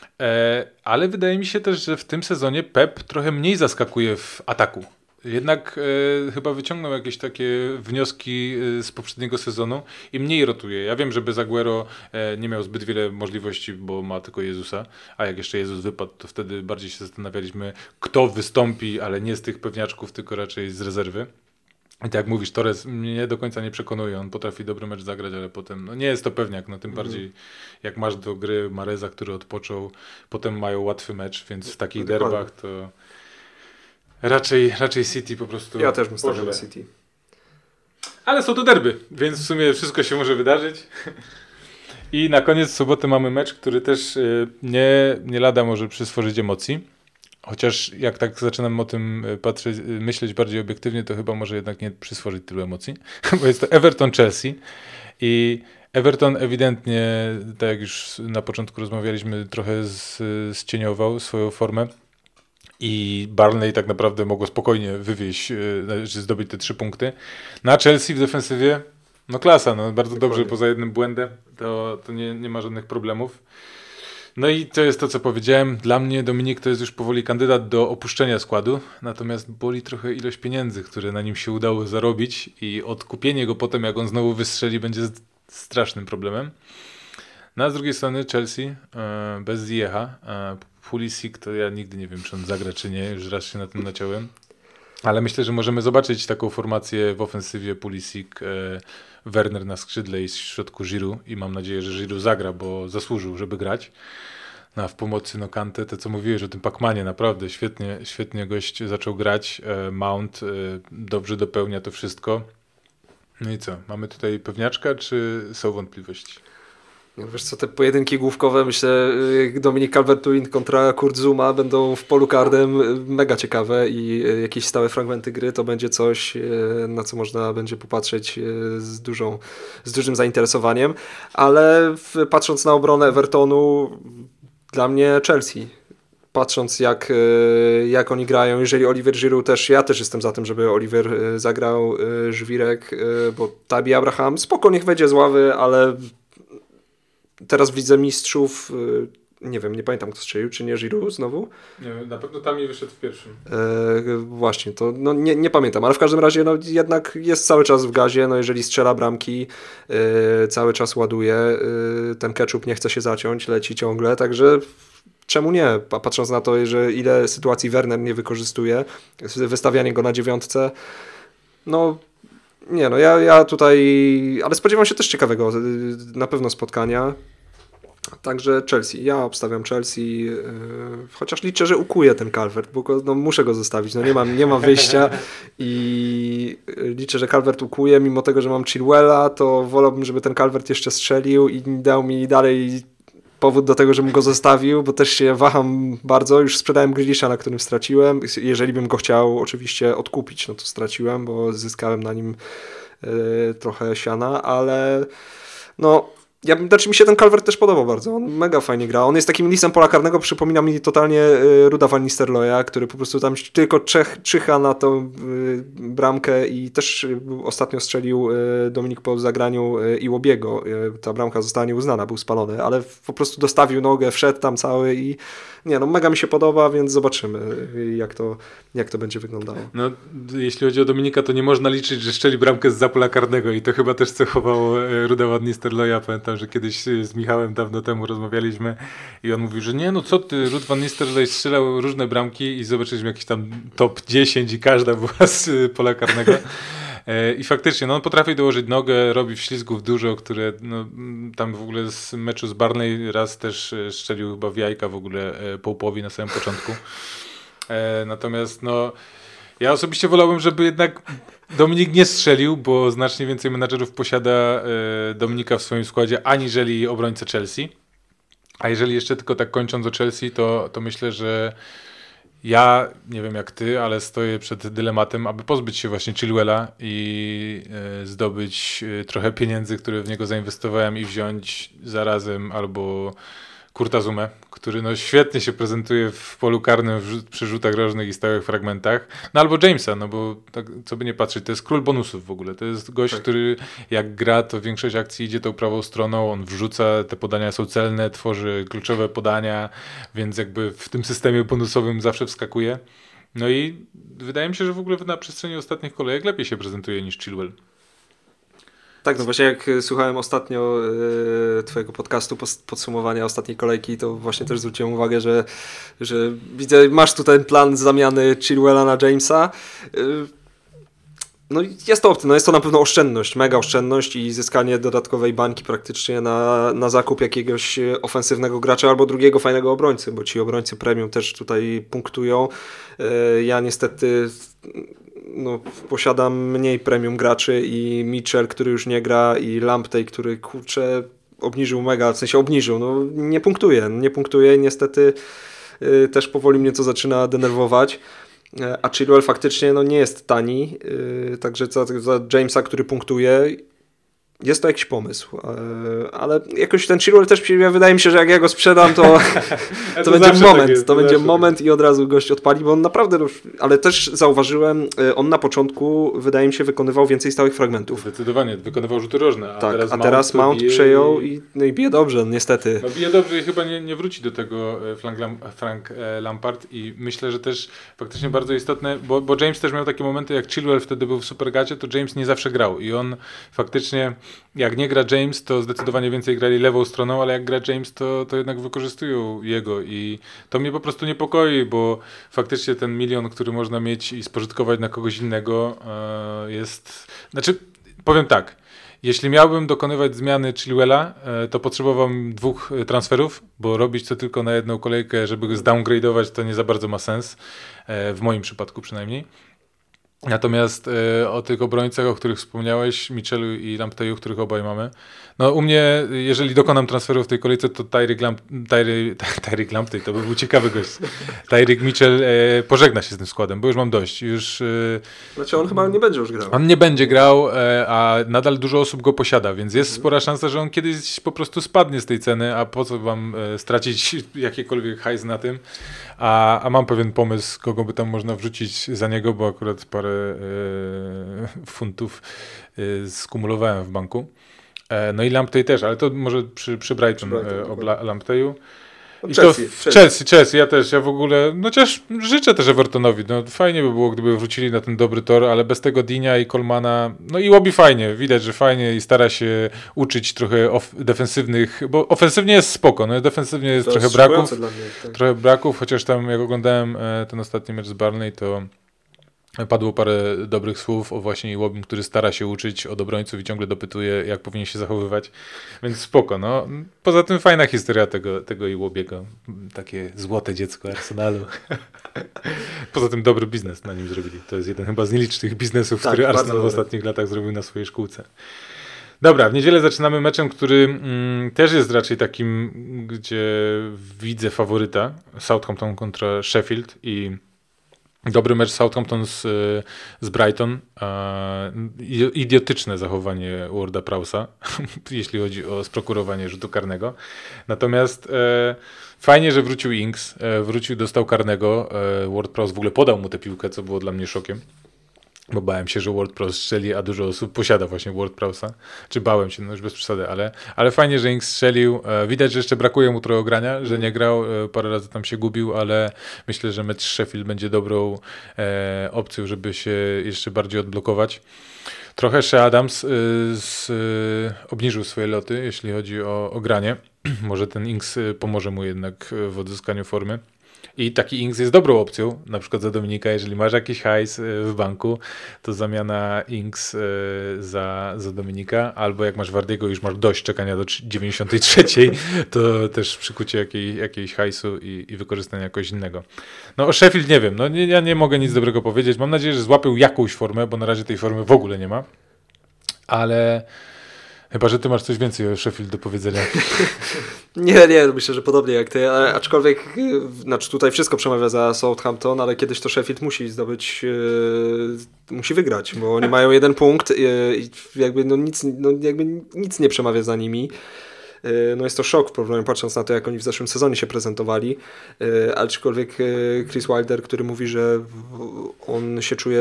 [SPEAKER 1] Ale wydaje mi się też, że w tym sezonie Pep trochę mniej zaskakuje w ataku. Jednak chyba wyciągnął jakieś takie wnioski z poprzedniego sezonu i mniej rotuje. Ja wiem, że bez Aguero nie miał zbyt wiele możliwości, bo ma tylko Jezusa, a jak jeszcze Jezus wypadł, to wtedy bardziej się zastanawialiśmy, kto wystąpi, ale nie z tych pewniaczków, tylko raczej z rezerwy. I tak jak mówisz, Torres mnie do końca nie przekonuje, on potrafi dobry mecz zagrać, ale potem nie jest to pewniak, tym bardziej jak masz do gry Mahreza, który odpoczął, potem mają łatwy mecz, więc w takich derbach to raczej City po prostu...
[SPEAKER 2] Ja też bym stawiał na City.
[SPEAKER 1] Ale są to derby, więc w sumie wszystko się może wydarzyć. I na koniec w sobotę mamy mecz, który też nie lada może przystworzyć emocji. Chociaż jak tak zaczynam o tym patrzeć, myśleć bardziej obiektywnie, to chyba może jednak nie przystworzyć tylu emocji, bo jest to Everton-Chelsea i Everton ewidentnie, tak jak już na początku rozmawialiśmy, trochę zcieniował swoją formę i Burnley tak naprawdę mogło spokojnie wywieźć, zdobyć te 3 punkty. Na Chelsea w defensywie, klasa, bardzo dokładnie. Dobrze, poza jednym błędem, to nie ma żadnych problemów. No i to jest to, co powiedziałem. Dla mnie Dominik to jest już powoli kandydat do opuszczenia składu, natomiast boli trochę ilość pieniędzy, które na nim się udało zarobić i odkupienie go potem, jak on znowu wystrzeli, będzie strasznym problemem. No a z drugiej strony Chelsea bez Ziyech, Pulisic to ja nigdy nie wiem, czy on zagra, czy nie, już raz się na tym naciąłem. Ale myślę, że możemy zobaczyć taką formację w ofensywie Pulisic, Werner na skrzydle i w środku Giroud i mam nadzieję, że Giroud zagra, bo zasłużył, żeby grać. No a w pomocy Kante, to co mówiłeś o tym Pacmanie, naprawdę świetnie gość zaczął grać. Mount dobrze dopełnia to wszystko. No i co, mamy tutaj pewniaczka, czy są wątpliwości?
[SPEAKER 2] Wiesz co, te pojedynki główkowe, myślę, Dominic Calvert-Lewin kontra Kurt Zouma będą w polu karnym mega ciekawe i jakieś stałe fragmenty gry to będzie coś, na co można będzie popatrzeć z dużym zainteresowaniem, ale patrząc na obronę Evertonu, dla mnie Chelsea. Patrząc jak oni grają, jeżeli Oliver Giroud też, ja też jestem za tym, żeby Oliver zagrał żwirek, bo Tabi Abraham spoko, niech wejdzie z ławy, ale teraz w Lidze Mistrzów nie wiem, nie pamiętam kto strzelił, czy nie Giroud znowu?
[SPEAKER 1] Nie wiem, na pewno tam nie wyszedł w pierwszym.
[SPEAKER 2] Właśnie, to no, nie pamiętam, ale w każdym razie no, jednak jest cały czas w gazie, no jeżeli strzela bramki, cały czas ładuje, ten ketchup nie chce się zaciąć, leci ciągle, także czemu nie? Patrząc na to, że ile sytuacji Werner nie wykorzystuje, wystawianie go na 9, no nie, no ja tutaj, ale spodziewam się też ciekawego na pewno spotkania. Także Chelsea. Ja obstawiam Chelsea, chociaż liczę, że ukuje ten Calvert, bo no, muszę go zostawić, no nie mam wyjścia i liczę, że Calvert ukuje, mimo tego, że mam Chilwella, to wolałbym, żeby ten Calvert jeszcze strzelił i dał mi dalej powód do tego, żebym go zostawił, bo też się waham bardzo, już sprzedałem Grealisha, na którym straciłem, jeżeli bym go chciał oczywiście odkupić, no to straciłem, bo zyskałem na nim trochę siana, ale no mi się ten Calvert też podobał bardzo, on mega fajnie gra, on jest takim lisem pola karnego, przypomina mi totalnie Ruda van Nistelrooya, który po prostu tam tylko czyha na tą bramkę i też ostatnio strzelił Dominik po zagraniu Iwobiego, ta bramka została nieuznana, był spalony, ale po prostu dostawił nogę, wszedł tam cały i nie, no mega mi się podoba, więc zobaczymy jak to będzie wyglądało.
[SPEAKER 1] No, jeśli chodzi o Dominika, to nie można liczyć, że strzeli bramkę z pola karnego i to chyba też cechowało Ruda van Nistelrooya. Pamiętam, że kiedyś z Michałem dawno temu rozmawialiśmy i on mówił, że nie, no co ty, Ruud van Nistelrooy strzelał różne bramki i zobaczyliśmy jakiś tam top 10 i każda była z pola karnego. I faktycznie, no on potrafi dołożyć nogę, robi wślizgów dużo, które no, tam w ogóle z meczu z Barney raz też strzelił chyba w jajka w ogóle Pope'owi na samym początku. Natomiast no ja osobiście wolałbym, żeby jednak Dominik nie strzelił, bo znacznie więcej menadżerów posiada Dominika w swoim składzie, aniżeli obrońcę Chelsea. A jeżeli jeszcze tylko tak kończąc o Chelsea, to myślę, że ja, nie wiem jak ty, ale stoję przed dylematem, aby pozbyć się właśnie Chilwella i zdobyć trochę pieniędzy, które w niego zainwestowałem i wziąć zarazem albo Kurta Zumę, który no świetnie się prezentuje w polu karnym przy rzutach rożnych i stałych fragmentach. No albo Jamesa, no bo tak, co by nie patrzeć, to jest król bonusów w ogóle. To jest gość, który jak gra, to większość akcji idzie tą prawą stroną, on wrzuca, te podania są celne, tworzy kluczowe podania, więc jakby w tym systemie bonusowym zawsze wskakuje. No i wydaje mi się, że w ogóle na przestrzeni ostatnich kolejek lepiej się prezentuje niż Chilwell.
[SPEAKER 2] Tak, no właśnie jak słuchałem ostatnio twojego podcastu, podsumowania ostatniej kolejki, to właśnie też zwróciłem uwagę, że widzę, masz tu ten plan zamiany Chilwella na Jamesa. No jest to no jest to na pewno oszczędność, mega oszczędność i zyskanie dodatkowej bańki praktycznie na zakup jakiegoś ofensywnego gracza albo drugiego fajnego obrońcy, bo ci obrońcy premium też tutaj punktują. Ja niestety no, posiadam mniej premium graczy i Mitchell, który już nie gra i Lamptey, który kurczę obniżył mega, w sensie obniżył, no nie punktuje i niestety też powoli mnie to zaczyna denerwować. A Chilwell faktycznie no, nie jest tani, także za Jamesa, który punktuje, jest to jakiś pomysł, ale jakoś ten Chilwell też wydaje mi się, że jak ja go sprzedam, to będzie moment, to będzie moment i od razu gość odpali, bo on naprawdę, ale też zauważyłem, on na początku wydaje mi się wykonywał więcej stałych fragmentów.
[SPEAKER 1] Zdecydowanie, wykonywał rzuty rożne.
[SPEAKER 2] A teraz Mount przejął i bije dobrze, niestety.
[SPEAKER 1] No bije dobrze i chyba nie wróci do tego Frank Lampard i myślę, że też faktycznie bardzo istotne, bo James też miał takie momenty, jak Chilwell wtedy był w Supergacie, to James nie zawsze grał i on faktycznie jak nie gra James, to zdecydowanie więcej grali lewą stroną, ale jak gra James, to jednak wykorzystują jego i to mnie po prostu niepokoi, bo faktycznie ten 1 milion, który można mieć i spożytkować na kogoś innego jest... Znaczy, powiem tak, jeśli miałbym dokonywać zmiany Chilwella, to potrzebowałbym 2 transferów, bo robić to tylko na jedną kolejkę, żeby go zdowngrade'ować, to nie za bardzo ma sens, w moim przypadku przynajmniej. Natomiast o tych obrońcach, o których wspomniałeś, Mitchellu i Lampteyu, których obaj mamy, no u mnie, jeżeli dokonam transferu w tej kolejce, to Tyreek Lamptey, to by był ciekawy gość. Tyreek Mitchell pożegna się z tym składem, bo już mam dość.
[SPEAKER 2] Znaczy on chyba nie będzie już grał.
[SPEAKER 1] On nie będzie grał, a nadal dużo osób go posiada, więc jest spora szansa, że on kiedyś po prostu spadnie z tej ceny, a po co wam stracić jakiekolwiek hajs na tym. A mam pewien pomysł, kogo by tam można wrzucić za niego, bo akurat parę funtów skumulowałem w banku. No i Lamptey też, ale to może przy Brighton o Lampteyu. I to Chelsea, ja w ogóle, no chociaż życzę też Evertonowi, no fajnie by było, gdyby wrócili na ten dobry tor, ale bez tego Dinia i Colemana, no i Łobi fajnie, widać, że fajnie i stara się uczyć trochę defensywnych, bo ofensywnie jest spoko, no defensywnie jest trochę braków,
[SPEAKER 2] dla mnie, tak.
[SPEAKER 1] trochę braków, chociaż tam jak oglądałem ten ostatni mecz z Burnley, to padło parę dobrych słów o właśnie Iwobim, który stara się uczyć od obrońców i ciągle dopytuje, jak powinien się zachowywać, więc spoko, no. Poza tym fajna historia tego Iwobiego, takie złote dziecko Arsenalu. Poza tym dobry biznes na nim zrobili. To jest jeden chyba z nielicznych biznesów, tak, który Arsenal w ostatnich latach zrobił na swojej szkółce. Dobra, w niedzielę zaczynamy meczem, który też jest raczej takim, gdzie widzę faworyta. Southampton kontra Sheffield i dobry mecz Southampton z Brighton. Idiotyczne zachowanie Warda Prowse'a, jeśli chodzi o sprokurowanie rzutu karnego. Natomiast fajnie, że wrócił Ings, dostał karnego. Ward Prowse w ogóle podał mu tę piłkę, co było dla mnie szokiem. Bo bałem się, że Ward Prowse strzeli, a dużo osób posiada właśnie Ward Prowse'a. Czy bałem się, no już bez przesady, ale fajnie, że Ings strzelił. Widać, że jeszcze brakuje mu trochę grania, że nie grał, parę razy tam się gubił, ale myślę, że mecz Sheffield będzie dobrą opcją, żeby się jeszcze bardziej odblokować. Trochę Che Adams obniżył swoje loty, jeśli chodzi o granie. Może ten Ings pomoże mu jednak w odzyskaniu formy. I taki Ings jest dobrą opcją, na przykład za Dominika, jeżeli masz jakiś hajs w banku, to zamiana Ings za Dominika, albo jak masz Wardiego i już masz dość czekania do 93, to też przykucie jakiejś hajsu i wykorzystania jakoś innego. No o Sheffield nie wiem, no ja nie mogę nic dobrego powiedzieć, mam nadzieję, że złapią jakąś formę, bo na razie tej formy w ogóle nie ma, ale chyba, że ty masz coś więcej o Sheffield do powiedzenia.
[SPEAKER 2] Nie, myślę, że podobnie jak ty, aczkolwiek znaczy tutaj wszystko przemawia za Southampton, ale kiedyś to Sheffield musi zdobyć, musi wygrać, bo oni mają 1 punkt i jakby nic nie przemawia za nimi. No jest to szok w porównaniu, patrząc na to, jak oni w zeszłym sezonie się prezentowali, aczkolwiek Chris Wilder, który mówi, że on się czuje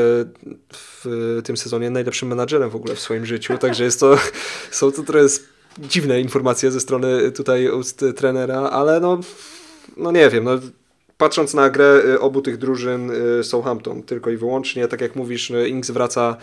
[SPEAKER 2] w tym sezonie najlepszym menadżerem w ogóle w swoim życiu, także są to trochę dziwne informacje ze strony tutaj ust trenera, ale no nie wiem, patrząc na grę obu tych drużyn, Southampton tylko i wyłącznie, tak jak mówisz, Ings wraca,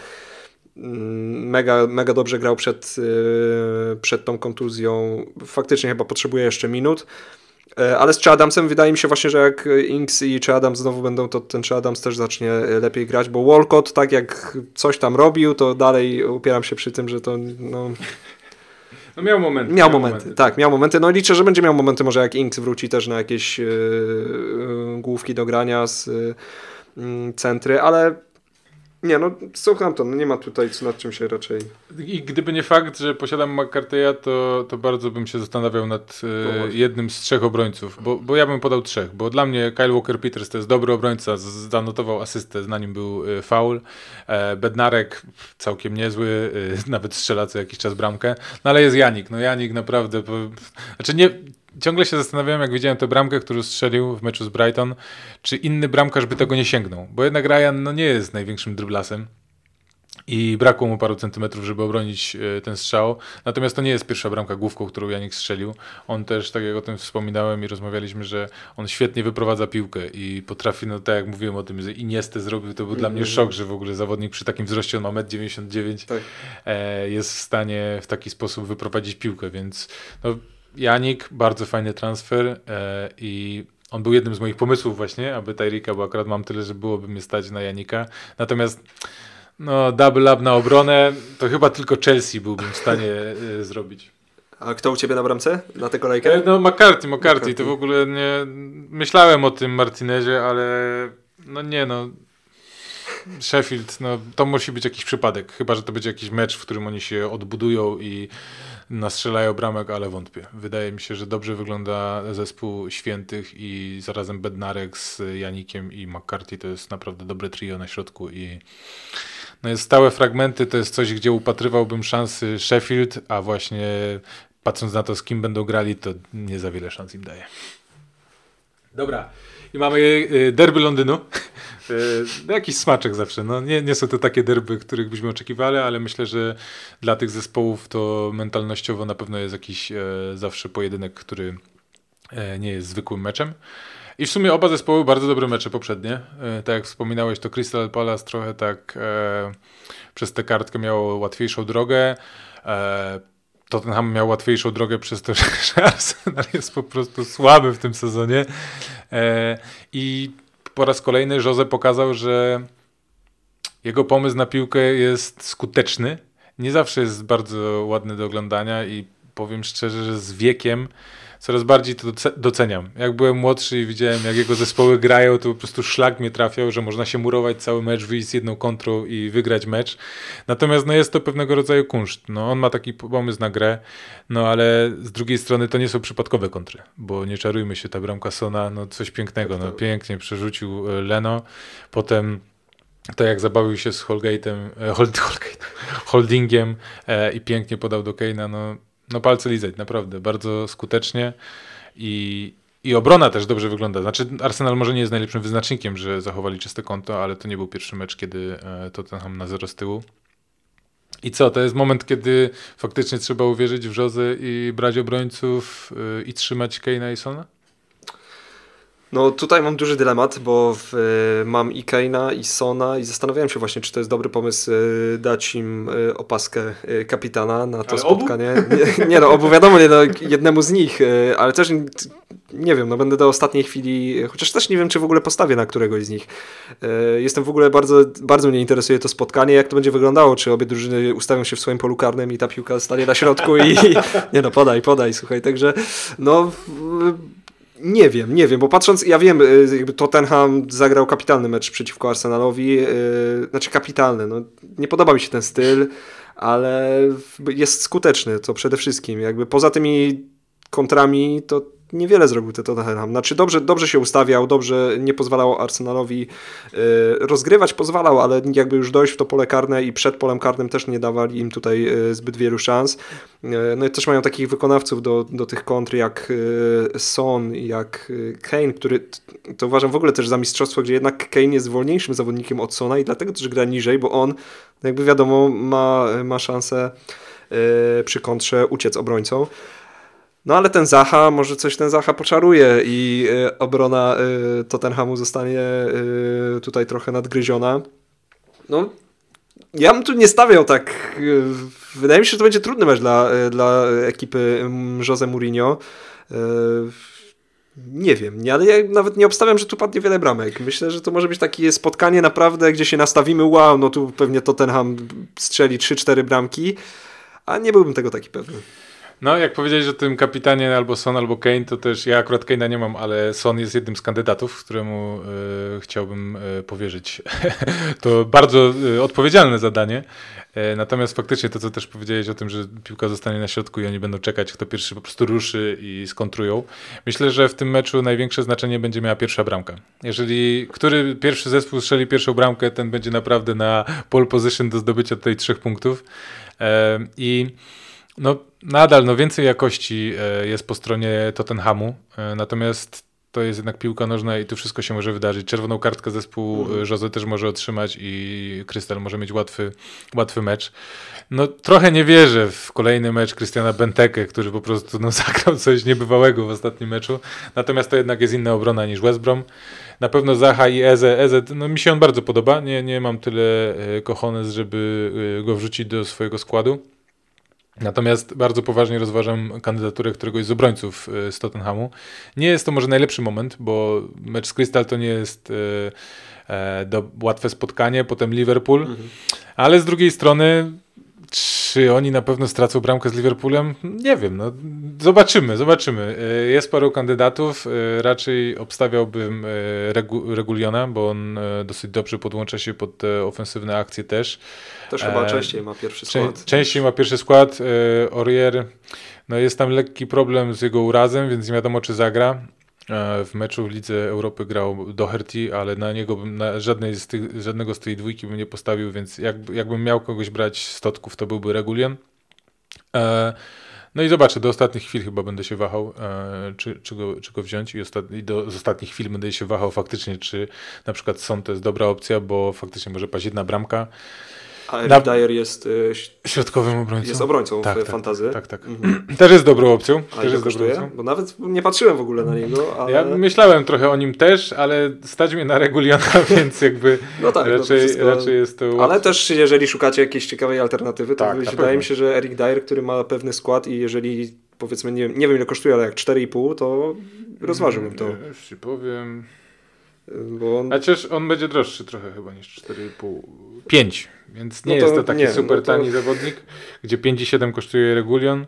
[SPEAKER 2] mega dobrze grał przed tą kontuzją, faktycznie chyba potrzebuje jeszcze minut, ale z Che Adamsem wydaje mi się właśnie, że jak Ings i Che Adams znowu będą, to ten Che Adams też zacznie lepiej grać, bo Walcott tak jak coś tam robił, to dalej upieram się przy tym, że to
[SPEAKER 1] no miał momenty.
[SPEAKER 2] Miał momenty. No liczę, że będzie miał momenty, może jak Ings wróci też na jakieś główki do grania z centry, ale nie, Southampton, nie ma tutaj nad czym się raczej...
[SPEAKER 1] I gdyby nie fakt, że posiadam McCarthy'a, to bardzo bym się zastanawiał nad jednym z 3 obrońców, bo ja bym podał 3, bo dla mnie Kyle Walker-Peters to jest dobry obrońca, zanotował asystę, na nim był faul, Bednarek całkiem niezły, nawet strzela co jakiś czas bramkę, no ale jest Janik, Janik naprawdę, ciągle się zastanawiałem, jak widziałem tę bramkę, którą strzelił w meczu z Brighton, czy inny bramkarz by tego nie sięgnął, bo jednak Ryan nie jest największym dryblasem i brakło mu paru centymetrów, żeby obronić ten strzał, natomiast to nie jest pierwsza bramka główką, którą Janik strzelił. On też, tak jak o tym wspominałem i rozmawialiśmy, że on świetnie wyprowadza piłkę i potrafi, tak jak mówiłem o tym, że Iniestę zrobił, to był dla mnie szok, że w ogóle zawodnik przy takim wzroście, on ma 1,99 m, jest w stanie w taki sposób wyprowadzić piłkę, więc Janik, bardzo fajny transfer i on był jednym z moich pomysłów właśnie, aby Tyricka, bo akurat mam tyle, że byłoby mnie stać na Janika. Natomiast double up na obronę, to chyba tylko Chelsea byłbym w stanie zrobić.
[SPEAKER 2] A kto u ciebie na bramce? Na tę kolejkę?
[SPEAKER 1] McCarthy. To w ogóle nie... Myślałem o tym Martinezie, ale Sheffield, to musi być jakiś przypadek. Chyba że to będzie jakiś mecz, w którym oni się odbudują i nastrzelają bramek, ale wątpię. Wydaje mi się, że dobrze wygląda zespół Świętych i zarazem Bednarek z Janikiem i McCarthy to jest naprawdę dobre trio na środku i jest stałe fragmenty, to jest coś, gdzie upatrywałbym szansy Sheffield, a właśnie patrząc na to, z kim będą grali, to nie za wiele szans im daje. Dobra. I mamy derby Londynu. Jakiś smaczek zawsze. Nie są to takie derby, których byśmy oczekiwali, ale myślę, że dla tych zespołów to mentalnościowo na pewno jest jakiś zawsze pojedynek, który nie jest zwykłym meczem. I w sumie oba zespoły bardzo dobre mecze poprzednie. Tak jak wspominałeś, to Crystal Palace trochę tak przez tę kartkę miało łatwiejszą drogę. Tottenham miał łatwiejszą drogę przez to, że Arsenal jest po prostu słaby w tym sezonie. I po raz kolejny Jose pokazał, że jego pomysł na piłkę jest skuteczny. Nie zawsze jest bardzo ładny do oglądania i powiem szczerze, że z wiekiem coraz bardziej to doceniam. Jak byłem młodszy i widziałem, jak jego zespoły grają, to po prostu szlak mnie trafiał, że można się murować cały mecz, wyjść z jedną kontrą i wygrać mecz. Natomiast jest to pewnego rodzaju kunszt. On ma taki pomysł na grę, ale z drugiej strony to nie są przypadkowe kontry, bo nie czarujmy się, ta bramka Sona, coś pięknego. Pięknie przerzucił Leno. Potem to jak zabawił się z Holdingiem i pięknie podał do Kane'a, palce lizać, naprawdę, bardzo skutecznie i obrona też dobrze wygląda. Znaczy Arsenal może nie jest najlepszym wyznacznikiem, że zachowali czyste konto, ale to nie był pierwszy mecz, kiedy Tottenham na 0 z tyłu. I co? To jest moment, kiedy faktycznie trzeba uwierzyć w Jose i brać obrońców i trzymać Kane'a i Sona?
[SPEAKER 2] Tutaj mam duży dylemat, bo mam i Kane'a, i Sona i zastanawiałem się właśnie, czy to jest dobry pomysł dać im opaskę kapitana na to ale spotkanie. Obu wiadomo, jednemu z nich, ale też nie wiem, będę do ostatniej chwili, chociaż też nie wiem, czy w ogóle postawię na któregoś z nich. Jestem w ogóle, bardzo, bardzo mnie interesuje to spotkanie, jak to będzie wyglądało, czy obie drużyny ustawią się w swoim polu karnym i ta piłka stanie na środku i podaj, słuchaj, także nie wiem, bo patrząc, ja wiem, jakby Tottenham zagrał kapitalny mecz przeciwko Arsenalowi, znaczy kapitalny, nie podoba mi się ten styl, ale jest skuteczny, to przede wszystkim, jakby poza tymi kontrami to niewiele zrobił ten Tottenham. Znaczy dobrze się ustawiał, dobrze nie pozwalał Arsenalowi rozgrywać, pozwalał, ale jakby już dojść w to pole karne i przed polem karnym też nie dawali im tutaj zbyt wielu szans. I też mają takich wykonawców do tych kontr jak Son, jak Kane, który to uważam w ogóle też za mistrzostwo, gdzie jednak Kane jest wolniejszym zawodnikiem od Sona i dlatego też gra niżej, bo on jakby wiadomo ma szansę przy kontrze uciec obrońcą. Ale ten Zaha, może coś ten Zaha poczaruje i obrona Tottenhamu zostanie tutaj trochę nadgryziona. Ja bym tu nie stawiał tak. Wydaje mi się, że to będzie trudny mecz dla ekipy Jose Mourinho. Nie wiem, ale ja nawet nie obstawiam, że tu padnie wiele bramek. Myślę, że to może być takie spotkanie naprawdę, gdzie się nastawimy, tu pewnie Tottenham strzeli 3-4 bramki, a nie byłbym tego taki pewny.
[SPEAKER 1] Jak powiedziałeś o tym kapitanie albo Son, albo Kane, to też ja akurat Kane'a nie mam, ale Son jest jednym z kandydatów, któremu chciałbym powierzyć. To bardzo odpowiedzialne zadanie. Natomiast faktycznie to, co też powiedziałeś o tym, że piłka zostanie na środku i oni będą czekać, kto pierwszy po prostu ruszy i skontrują. Myślę, że w tym meczu największe znaczenie będzie miała pierwsza bramka. Jeżeli który pierwszy zespół strzeli pierwszą bramkę, ten będzie naprawdę na pole position do zdobycia tutaj 3 punktów. Nadal więcej jakości jest po stronie Tottenhamu, natomiast to jest jednak piłka nożna i tu wszystko się może wydarzyć. Czerwoną kartkę zespół Jose też może otrzymać i Crystal może mieć łatwy mecz. Trochę nie wierzę w kolejny mecz Christiana Benteke, który po prostu zagrał coś niebywałego w ostatnim meczu, natomiast to jednak jest inna obrona niż West Brom. Na pewno Zaha i Eze, mi się on bardzo podoba, nie mam tyle cojones, żeby go wrzucić do swojego składu. Natomiast bardzo poważnie rozważam kandydaturę któregoś z obrońców z Tottenhamu. Nie jest to może najlepszy moment, bo mecz z Crystal to nie jest łatwe spotkanie, potem Liverpool, ale z drugiej strony czy oni na pewno stracą bramkę z Liverpoolem? Nie wiem, zobaczymy. Jest paru kandydatów, raczej obstawiałbym Reguliona, bo on dosyć dobrze podłącza się pod te ofensywne akcje też.
[SPEAKER 2] Też chyba częściej ma pierwszy skład.
[SPEAKER 1] Częściej ma pierwszy skład. Aurier, jest tam lekki problem z jego urazem, więc nie wiadomo, czy zagra. W meczu w Lidze Europy grał Doherty, ale na niego bym żadnego z tej dwójki bym nie postawił, więc jakbym miał kogoś brać z Totków, to byłby Regulion. I zobaczę, do ostatnich chwil chyba będę się wahał, czy go wziąć i z ostatnich chwil będę się wahał faktycznie, czy na przykład Son to jest dobra opcja, bo faktycznie może paść jedna bramka.
[SPEAKER 2] A Eric Dyer jest
[SPEAKER 1] środkowym obrońcą.
[SPEAKER 2] Jest obrońcą w fantasy.
[SPEAKER 1] Tak. Też jest dobrą opcją.
[SPEAKER 2] Też jest dobrą opcją. Bo nawet nie patrzyłem w ogóle na niego. Ale...
[SPEAKER 1] Ja myślałem trochę o nim też, ale stać mnie na Reguliona, więc jakby raczej jest to łatwe.
[SPEAKER 2] Ale też jeżeli szukacie jakiejś ciekawej alternatywy, to wydaje mi się, że Eric Dyer, który ma pewny skład i jeżeli powiedzmy, nie wiem ile kosztuje, ale jak 4,5, to rozważyłbym to.
[SPEAKER 1] Już ci powiem...
[SPEAKER 2] Bo on...
[SPEAKER 1] Chociaż on będzie droższy trochę chyba niż 4,5. 5, więc nie jest to taki super tani zawodnik, gdzie 5,7 kosztuje Regulion,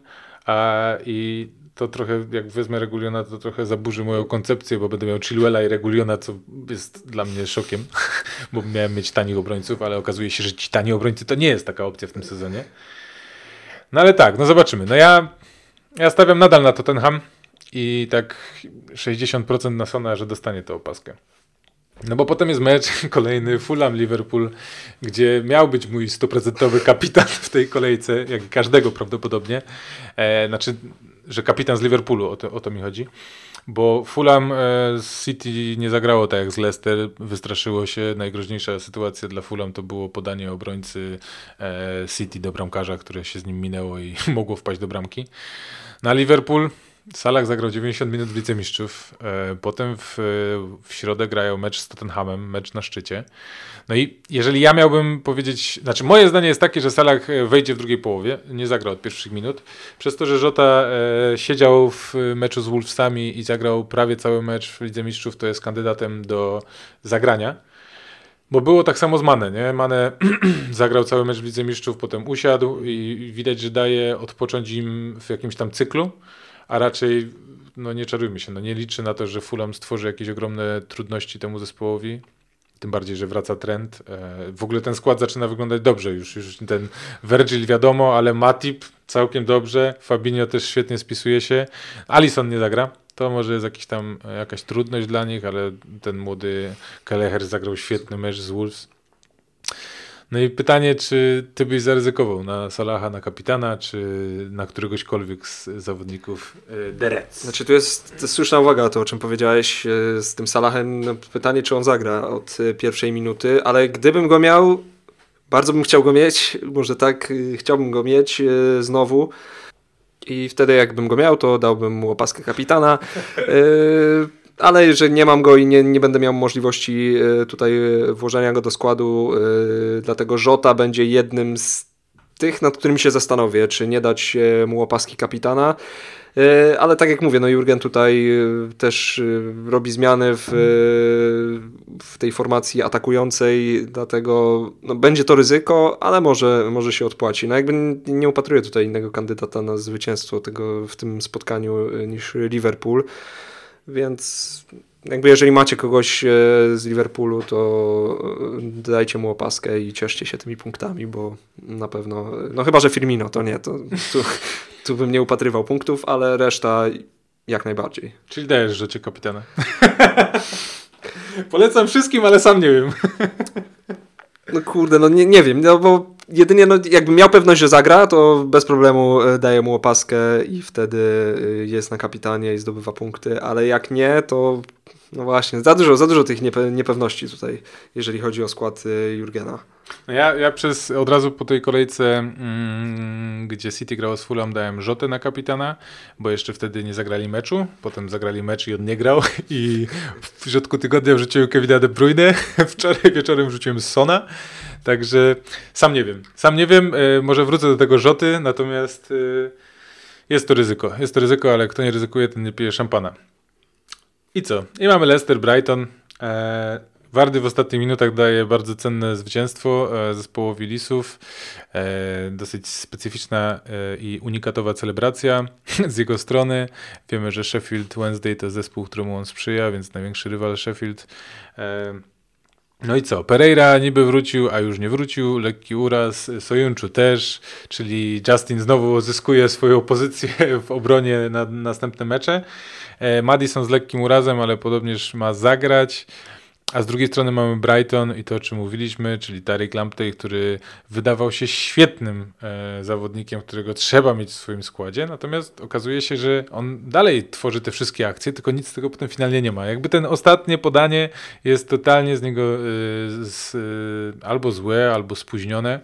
[SPEAKER 1] i to trochę, jak wezmę Reguliona, to trochę zaburzy moją koncepcję, bo będę miał Chilwella i Reguliona, co jest dla mnie szokiem, bo miałem mieć tanich obrońców, ale okazuje się, że ci tani obrońcy to nie jest taka opcja w tym sezonie. No ale tak, no zobaczymy. No ja stawiam nadal na Tottenham i tak 60% na Sona, że dostanie tę opaskę. No bo potem jest mecz kolejny Fulham-Liverpool, gdzie miał być mój 100% kapitan w tej kolejce, jak każdego prawdopodobnie. Znaczy, że kapitan z Liverpoolu, o to mi chodzi. Bo Fulham z City nie zagrało tak jak z Leicester, wystraszyło się. Najgroźniejsza sytuacja dla Fulham to było podanie obrońcy City do bramkarza, które się z nim minęło i mogło wpaść do bramki. Na Liverpool Salah zagrał 90 minut w Lidze Mistrzów, potem w środę grają mecz z Tottenhamem, mecz na szczycie. No i jeżeli ja miałbym powiedzieć, znaczy moje zdanie jest takie, że Salah wejdzie w drugiej połowie, nie zagra od pierwszych minut, przez to, że Jota siedział w meczu z Wolvesami i zagrał prawie cały mecz w Lidze Mistrzów, to jest kandydatem do zagrania. Bo było tak samo z Mane, nie? Mane zagrał cały mecz w Lidze Mistrzów, potem usiadł i widać, że daje odpocząć im w jakimś tam cyklu. A raczej, no nie czarujmy się, no nie liczy na to, że Fulham stworzy jakieś ogromne trudności temu zespołowi. Tym bardziej, że wraca trend. W ogóle ten skład zaczyna wyglądać dobrze. Już ten Virgil wiadomo, ale Matip całkiem dobrze. Fabinho też świetnie spisuje się. Alisson nie zagra. To może jest jakaś trudność dla nich, ale ten młody Kelleher zagrał świetny mecz z Wolves. No i pytanie, czy ty byś zaryzykował na Salaha, na kapitana, czy na któregośkolwiek z zawodników The Reds?
[SPEAKER 2] Znaczy tu jest słuszna uwaga to, o czym powiedziałeś z tym Salahem. No, pytanie, czy on zagra od pierwszej minuty, ale gdybym go miał, bardzo bym chciał go mieć, może tak, chciałbym go mieć znowu i wtedy jakbym go miał, to dałbym mu opaskę kapitana. Ale że nie mam go i nie będę miał możliwości tutaj włożenia go do składu, dlatego Jota będzie jednym z tych, nad którymi się zastanowię, czy nie dać mu opaski kapitana. Ale tak jak mówię, no Jurgen tutaj też robi zmiany w tej formacji atakującej, dlatego no będzie to ryzyko, ale może się odpłaci. No jakby nie upatruję tutaj innego kandydata na zwycięstwo w tym spotkaniu niż Liverpool. Więc jakby jeżeli macie kogoś z Liverpoolu, to dajcie mu opaskę i cieszcie się tymi punktami, bo na pewno, no chyba, że Firmino, to nie, tu bym nie upatrywał punktów, ale reszta jak najbardziej.
[SPEAKER 1] Czyli dajesz Jocie kapitana. Polecam wszystkim, ale sam nie wiem.
[SPEAKER 2] No kurde, no nie wiem, no bo jedynie jakbym miał pewność, że zagra, to bez problemu daję mu opaskę i wtedy jest na kapitanie i zdobywa punkty, ale jak nie, to no właśnie, za dużo tych niepewności tutaj, jeżeli chodzi o skład Jurgena.
[SPEAKER 1] No ja od razu po tej kolejce, gdzie City grało z Fulham, dałem Jotę na kapitana, bo jeszcze wtedy nie zagrali meczu, potem zagrali mecz i on nie grał i w środku tygodnia wrzuciłem Kevina De Bruyne, wczoraj wieczorem wrzuciłem Sona, także sam nie wiem, może wrócę do tego Joty, natomiast jest to ryzyko, ale kto nie ryzykuje, ten nie pije szampana. I co? I mamy Leicester, Brighton. Wardy w ostatnich minutach daje bardzo cenne zwycięstwo zespołowi Lisów. Dosyć specyficzna i unikatowa celebracja z jego strony. Wiemy, że Sheffield Wednesday to zespół, któremu on sprzyja, więc największy rywal Sheffield. No i co? Pereira niby wrócił, a już nie wrócił. Lekki uraz. Soyuncu też, czyli Justin znowu zyskuje swoją pozycję w obronie na następne mecze. Maddison z lekkim urazem, ale podobnież ma zagrać. A z drugiej strony mamy Brighton i to, o czym mówiliśmy, czyli Tariq Lamptey, który wydawał się świetnym zawodnikiem, którego trzeba mieć w swoim składzie, natomiast okazuje się, że on dalej tworzy te wszystkie akcje, tylko nic z tego potem finalnie nie ma. Jakby ten ostatnie podanie jest totalnie z niego albo złe, albo spóźnione,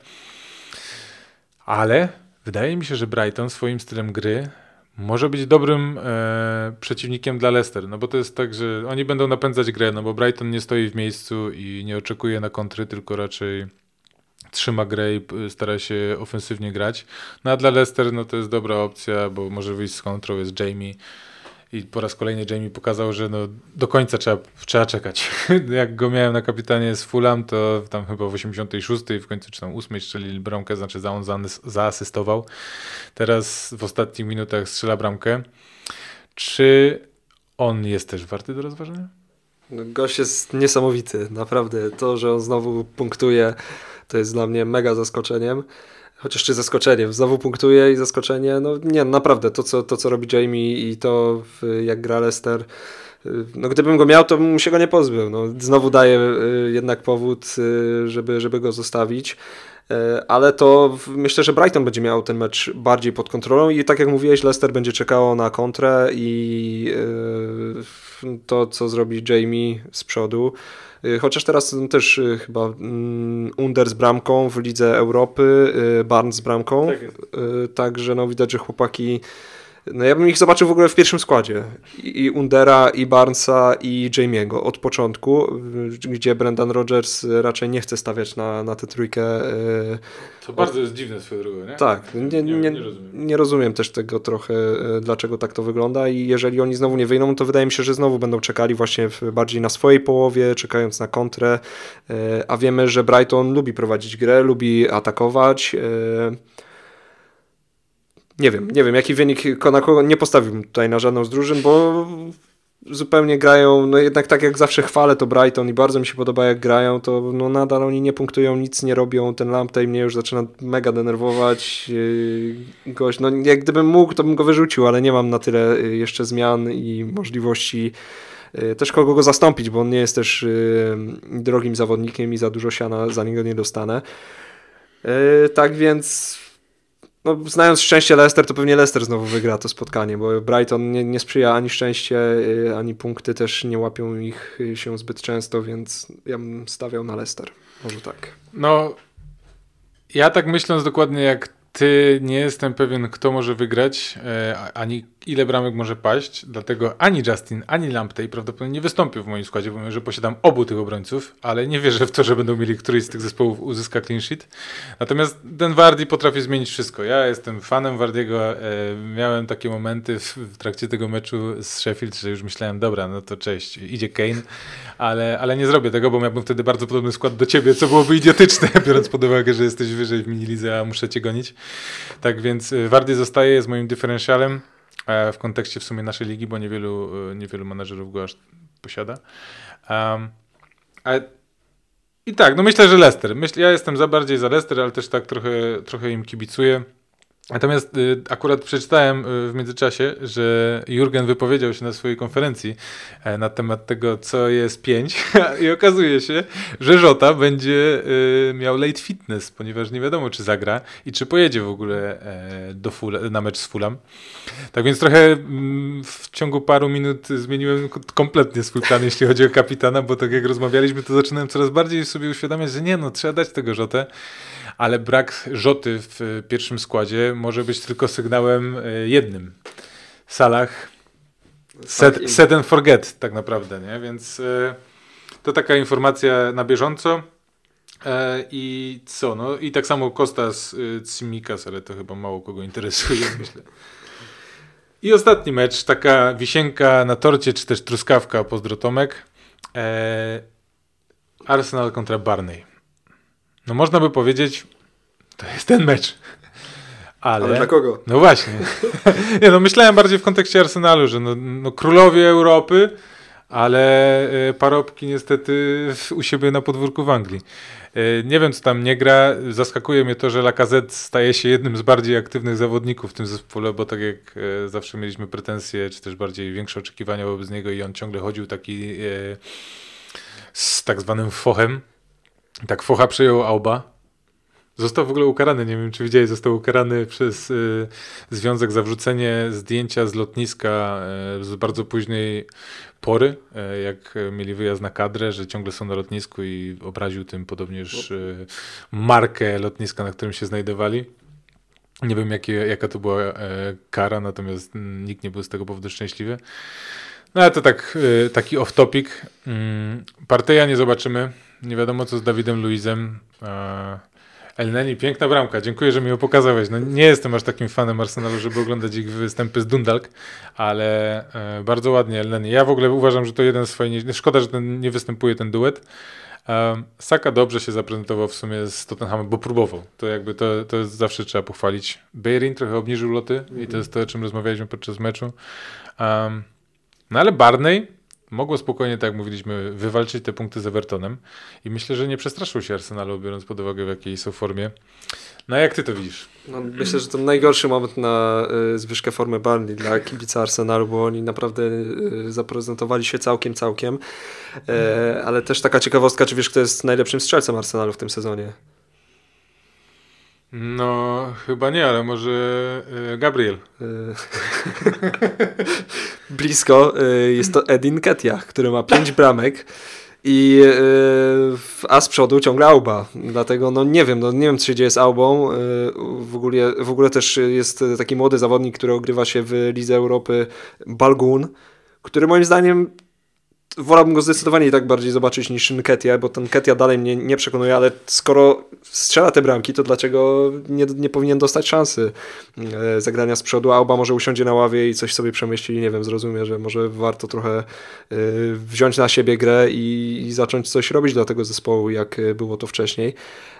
[SPEAKER 1] ale wydaje mi się, że Brighton swoim stylem gry może być dobrym przeciwnikiem dla Leicester, no bo to jest tak, że oni będą napędzać grę, no bo Brighton nie stoi w miejscu i nie oczekuje na kontry, tylko raczej trzyma grę i stara się ofensywnie grać. No a dla Leicester no to jest dobra opcja, bo może wyjść z kontrą, jest Jamie i po raz kolejny Jamie pokazał, że no do końca trzeba czekać. Jak go miałem na kapitanie z Fulham, to tam chyba w 86 w końcu czy tam 8 strzelili bramkę, znaczy on zaasystował. Teraz w ostatnich minutach strzela bramkę. Czy on jest też warty do rozważenia?
[SPEAKER 2] No, gość jest niesamowity, naprawdę. To, że on znowu punktuje, to jest dla mnie mega zaskoczeniem. Chociaż czy zaskoczeniem, znowu punktuje i zaskoczenie, no nie, naprawdę, to co robi Jamie i to jak gra Leicester, no gdybym go miał, to bym się go nie pozbył, no znowu daje jednak powód, żeby go zostawić, ale to myślę, że Brighton będzie miał ten mecz bardziej pod kontrolą i tak jak mówiłeś, Leicester będzie czekało na kontrę i to, co zrobi Jamie z przodu. Chociaż teraz też chyba Under z bramką w Lidze Europy, Barnes z bramką. Także no widać, że chłopaki. No ja bym ich zobaczył w ogóle w pierwszym składzie. I Undera, i Barnesa, i Jamie'ego od początku, gdzie Brendan Rodgers raczej nie chce stawiać na tę trójkę.
[SPEAKER 1] To bardzo jest dziwne swoją drogą, nie?
[SPEAKER 2] Tak,
[SPEAKER 1] rozumiem.
[SPEAKER 2] Nie rozumiem też tego trochę, dlaczego tak to wygląda i jeżeli oni znowu nie wyjdą, to wydaje mi się, że znowu będą czekali właśnie bardziej na swojej połowie, czekając na kontrę, a wiemy, że Brighton lubi prowadzić grę, lubi atakować. Nie wiem, jaki wynik na kogo nie postawiłbym tutaj na żadną z drużyn, bo zupełnie grają, no jednak tak jak zawsze chwalę to Brighton i bardzo mi się podoba jak grają, to no nadal oni nie punktują, nic nie robią, ten Lamptey mnie już zaczyna mega denerwować, gość, no jak gdybym mógł, to bym go wyrzucił, ale nie mam na tyle jeszcze zmian i możliwości też kogo go zastąpić, bo on nie jest też drogim zawodnikiem i za dużo siana za niego nie dostanę. Tak więc no, znając szczęście Leicester, to pewnie Leicester znowu wygra to spotkanie, bo Brighton nie sprzyja ani szczęście, ani punkty też nie łapią ich się zbyt często, więc ja bym stawiał na Leicester. Może tak.
[SPEAKER 1] No, ja tak myśląc dokładnie jak ty, nie jestem pewien, kto może wygrać, ani ile bramek może paść, dlatego ani Justin, ani Lamptey prawdopodobnie nie wystąpią w moim składzie, bo mówię, że posiadam obu tych obrońców, ale nie wierzę w to, że będą mieli któryś z tych zespołów uzyska clean sheet. Natomiast ten Vardy potrafi zmienić wszystko. Ja jestem fanem Vardy'ego, miałem takie momenty w trakcie tego meczu z Sheffield, że już myślałem, dobra, no to cześć, idzie Kane, ale nie zrobię tego, bo miałbym wtedy bardzo podobny skład do ciebie, co byłoby idiotyczne, biorąc pod uwagę, że jesteś wyżej w minilidze, a muszę cię gonić. Tak więc Vardy zostaje, jest moim dyferencjalem w kontekście w sumie naszej ligi, bo niewielu menadżerów go aż posiada. I tak, no myślę, że Leicester. Ja jestem bardziej za Leicester, ale też tak trochę im kibicuję. Natomiast akurat przeczytałem w międzyczasie, że Jurgen wypowiedział się na swojej konferencji na temat tego, co jest 5 i okazuje się, że Jota będzie miał late fitness, ponieważ nie wiadomo, czy zagra i czy pojedzie w ogóle na mecz z Fulham. Tak więc trochę w ciągu paru minut zmieniłem kompletnie swój plan, jeśli chodzi o kapitana, bo tak jak rozmawialiśmy, to zaczynałem coraz bardziej sobie uświadamiać, że nie, no trzeba dać tego Jotę. Ale brak Joty w pierwszym składzie może być tylko sygnałem jednym. Salah set and forget tak naprawdę, nie? Więc to taka informacja na bieżąco. I co? No i tak samo Kostas Tsimikas, ale to chyba mało kogo interesuje, myślę. I ostatni mecz, taka wisienka na torcie, czy też truskawka, pozdro Tomek. Arsenal kontra Barney. No można by powiedzieć, to jest ten mecz. Ale
[SPEAKER 2] dla kogo?
[SPEAKER 1] No właśnie. Nie, no myślałem bardziej w kontekście Arsenalu, że no królowie Europy, ale parobki niestety u siebie na podwórku w Anglii. Nie wiem, co tam nie gra. Zaskakuje mnie to, że Lacazette staje się jednym z bardziej aktywnych zawodników w tym zespole, bo tak jak zawsze mieliśmy pretensje, czy też bardziej większe oczekiwania wobec niego i on ciągle chodził taki z tak zwanym Fochem. Tak, Focha przejął Auba. Został w ogóle ukarany, nie wiem czy widziałeś, został ukarany przez związek za wrzucenie zdjęcia z lotniska z bardzo późnej pory, jak mieli wyjazd na kadrę, że ciągle są na lotnisku i obraził tym podobnież markę lotniska, na którym się znajdowali. Nie wiem jaka to była kara, natomiast nikt nie był z tego powodu szczęśliwy. No ale to tak, taki off topic. Parteja nie zobaczymy. Nie wiadomo co z Dawidem Luizem. Elneny, piękna bramka. Dziękuję, że mi ją pokazałeś. No, nie jestem aż takim fanem Arsenalu, żeby oglądać ich występy z Dundalk, ale bardzo ładnie Elneny. Ja w ogóle uważam, że to jeden z fajniejszych. Szkoda, że nie występuje ten duet. Saka dobrze się zaprezentował w sumie z Tottenhamem, bo próbował. To jakby to jest zawsze trzeba pochwalić. Bellerin trochę obniżył loty i to jest to, o czym rozmawialiśmy podczas meczu. No ale Barney mogło spokojnie, tak jak mówiliśmy, wywalczyć te punkty z Evertonem i myślę, że nie przestraszył się Arsenalu, biorąc pod uwagę w jakiej są formie. No a jak ty to widzisz?
[SPEAKER 2] No, myślę, że to najgorszy moment na zwyżkę formy Burnley dla kibica Arsenalu, bo oni naprawdę zaprezentowali się całkiem. Ale też taka ciekawostka, czy wiesz, kto jest najlepszym strzelcem Arsenalu w tym sezonie?
[SPEAKER 1] No, chyba nie, ale może Gabriel.
[SPEAKER 2] Blisko. Jest to Edin Nketiah, który ma 5 bramek a z przodu ciągle Auba. Dlatego nie wiem co się dzieje z Aubą. W ogóle też jest taki młody zawodnik, który ogrywa się w Lidze Europy, Balogun, który moim zdaniem wolałbym go zdecydowanie i tak bardziej zobaczyć niż Nketiah, bo ten Nketiah dalej mnie nie przekonuje, ale skoro strzela te bramki, to dlaczego nie powinien dostać szansy zagrania z przodu? Auba może usiądzie na ławie i coś sobie przemyśli, nie wiem, zrozumie, że może warto trochę wziąć na siebie grę i zacząć coś robić dla tego zespołu, jak było to wcześniej.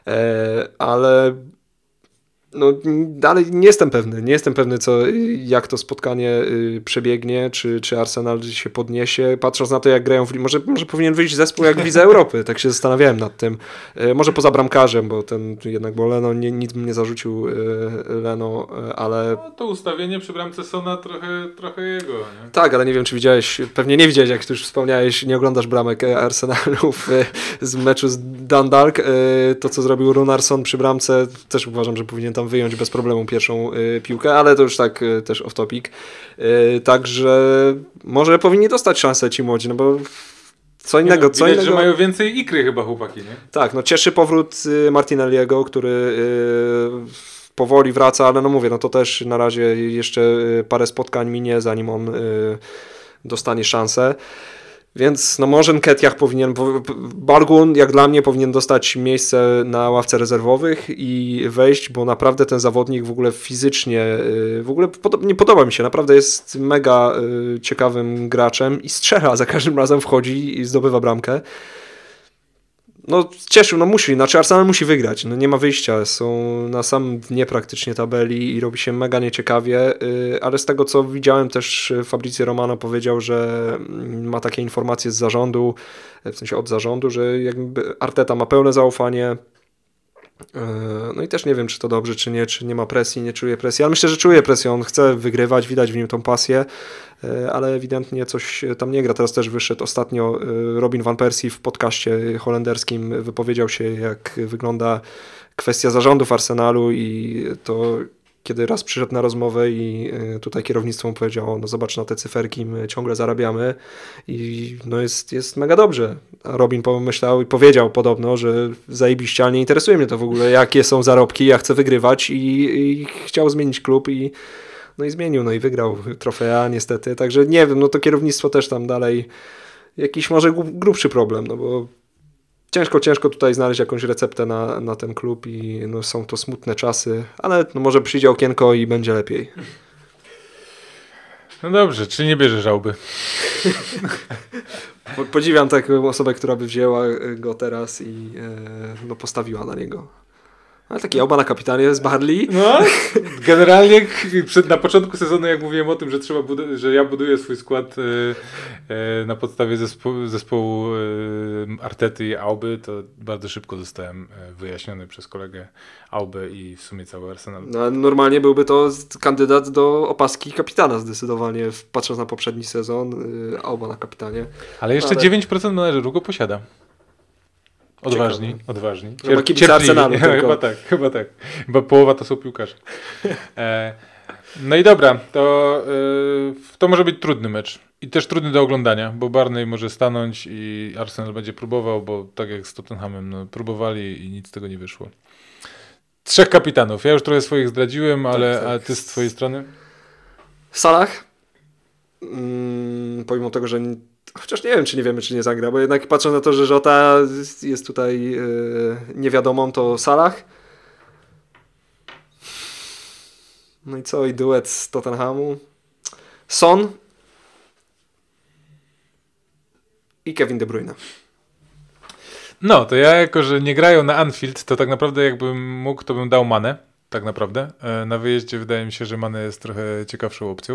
[SPEAKER 2] Ale no dalej nie jestem pewny jak to spotkanie przebiegnie, czy Arsenal się podniesie, patrząc na to jak grają może powinien wyjść zespół jak w Lidze Europy, tak się zastanawiałem nad tym, może poza bramkarzem, bo Leno nic bym nie zarzucił Leno, ale...
[SPEAKER 1] No, to ustawienie przy bramce Sona trochę jego, nie?
[SPEAKER 2] Tak, ale nie wiem czy widziałeś, pewnie nie widziałeś, jak już wspomniałeś, nie oglądasz bramek Arsenalu z meczu z Dundalk, to co zrobił Runarsson przy bramce, też uważam, że powinien tam wyjąć bez problemu pierwszą piłkę, ale to już tak też off topic. Także może powinni dostać szansę ci młodzi, no bo co innego.
[SPEAKER 1] Że mają więcej ikry chyba chłopaki, nie?
[SPEAKER 2] Tak, no cieszy powrót Martinelliego, który powoli wraca, ale no mówię, no to też na razie jeszcze parę spotkań minie, zanim on dostanie szansę. Więc no może Nketiah powinien, Balogun jak dla mnie powinien dostać miejsce na ławce rezerwowych i wejść, bo naprawdę ten zawodnik w ogóle fizycznie, nie podoba mi się, naprawdę jest mega ciekawym graczem i strzela, za każdym razem wchodzi i zdobywa bramkę. No cieszył, Arsenal musi wygrać, no nie ma wyjścia, są na samym dnie praktycznie tabeli i robi się mega nieciekawie, ale z tego co widziałem też Fabrizio Romano powiedział, że ma takie informacje z zarządu, w sensie od zarządu, że jakby Arteta ma pełne zaufanie. No i też nie wiem, czy to dobrze, czy nie ma presji, nie czuje presji, ale myślę, że czuje presję, on chce wygrywać, widać w nim tą pasję, ale ewidentnie coś tam nie gra. Teraz też wyszedł ostatnio Robin van Persie w podcaście holenderskim, wypowiedział się, jak wygląda kwestia zarządów Arsenalu i to kiedy raz przyszedł na rozmowę i tutaj kierownictwo mu powiedziało, no zobacz na te cyferki, my ciągle zarabiamy i no jest mega dobrze. A Robin pomyślał i powiedział podobno, że zajebiście, ale nie interesuje mnie to w ogóle, jakie są zarobki, ja chcę wygrywać i chciał zmienić klub i zmienił, no i wygrał trofea niestety, także nie wiem, no to kierownictwo też tam dalej jakiś może grubszy problem, no bo ciężko tutaj znaleźć jakąś receptę na ten klub i no, są to smutne czasy, ale no, może przyjdzie okienko i będzie lepiej.
[SPEAKER 1] No dobrze, czyli nie bierzesz Auby.
[SPEAKER 2] Podziwiam taką osobę, która by wzięła go teraz i postawiła na niego. Ale taki Auba na kapitanie z Burnley.
[SPEAKER 1] No, generalnie na początku sezonu, jak mówiłem o tym, że że ja buduję swój skład na podstawie zespołu Artety i Auby, to bardzo szybko zostałem wyjaśniony przez kolegę Aubę i w sumie cały Arsenal.
[SPEAKER 2] No, normalnie byłby to kandydat do opaski kapitana zdecydowanie, patrząc na poprzedni sezon, Auba na kapitanie.
[SPEAKER 1] Ale jeszcze 9% menedżerów go posiada. Odważni.
[SPEAKER 2] Chyba kibice Arsenalu tylko.
[SPEAKER 1] Chyba tak. Chyba połowa to są piłkarze. No i dobra, to może być trudny mecz. I też trudny do oglądania, bo Barney może stanąć i Arsenal będzie próbował, bo tak jak z Tottenhamem, próbowali i nic z tego nie wyszło. 3 kapitanów. Ja już trochę swoich zdradziłem, ale ty z twojej strony?
[SPEAKER 2] Salah. Pomimo tego, że chociaż nie wiem, czy nie wiemy, czy nie zagra, bo jednak patrząc na to, że Jota jest tutaj niewiadomą, to Salah. No i co? I duet z Tottenhamu. Son i Kevin De Bruyne.
[SPEAKER 1] No, to ja jako, że nie grają na Anfield, to tak naprawdę jakbym mógł, to bym dał Manę. Tak naprawdę. Na wyjeździe wydaje mi się, że Mane jest trochę ciekawszą opcją.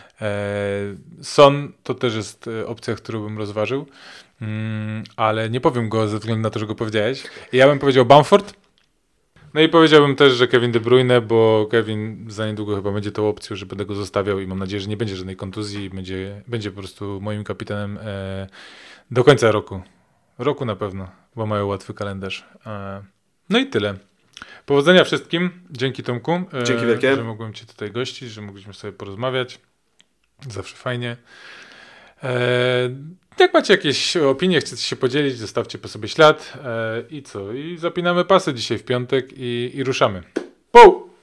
[SPEAKER 1] Son to też jest opcja, którą bym rozważył, ale nie powiem go ze względu na to, że go powiedziałeś. Ja bym powiedział Bamford. No i powiedziałbym też, że Kevin De Bruyne, bo Kevin za niedługo chyba będzie tą opcją, że będę go zostawiał i mam nadzieję, że nie będzie żadnej kontuzji i będzie po prostu moim kapitanem do końca roku. Roku na pewno, bo mają łatwy kalendarz. No i tyle. Powodzenia wszystkim. Dzięki Tomku.
[SPEAKER 2] Dzięki wielkie.
[SPEAKER 1] Że mogłem cię tutaj gościć, że mogliśmy sobie porozmawiać. Zawsze fajnie. Jak macie jakieś opinie, chcecie się podzielić, zostawcie po sobie ślad. I co? I zapinamy pasy dzisiaj w piątek i ruszamy. Pou!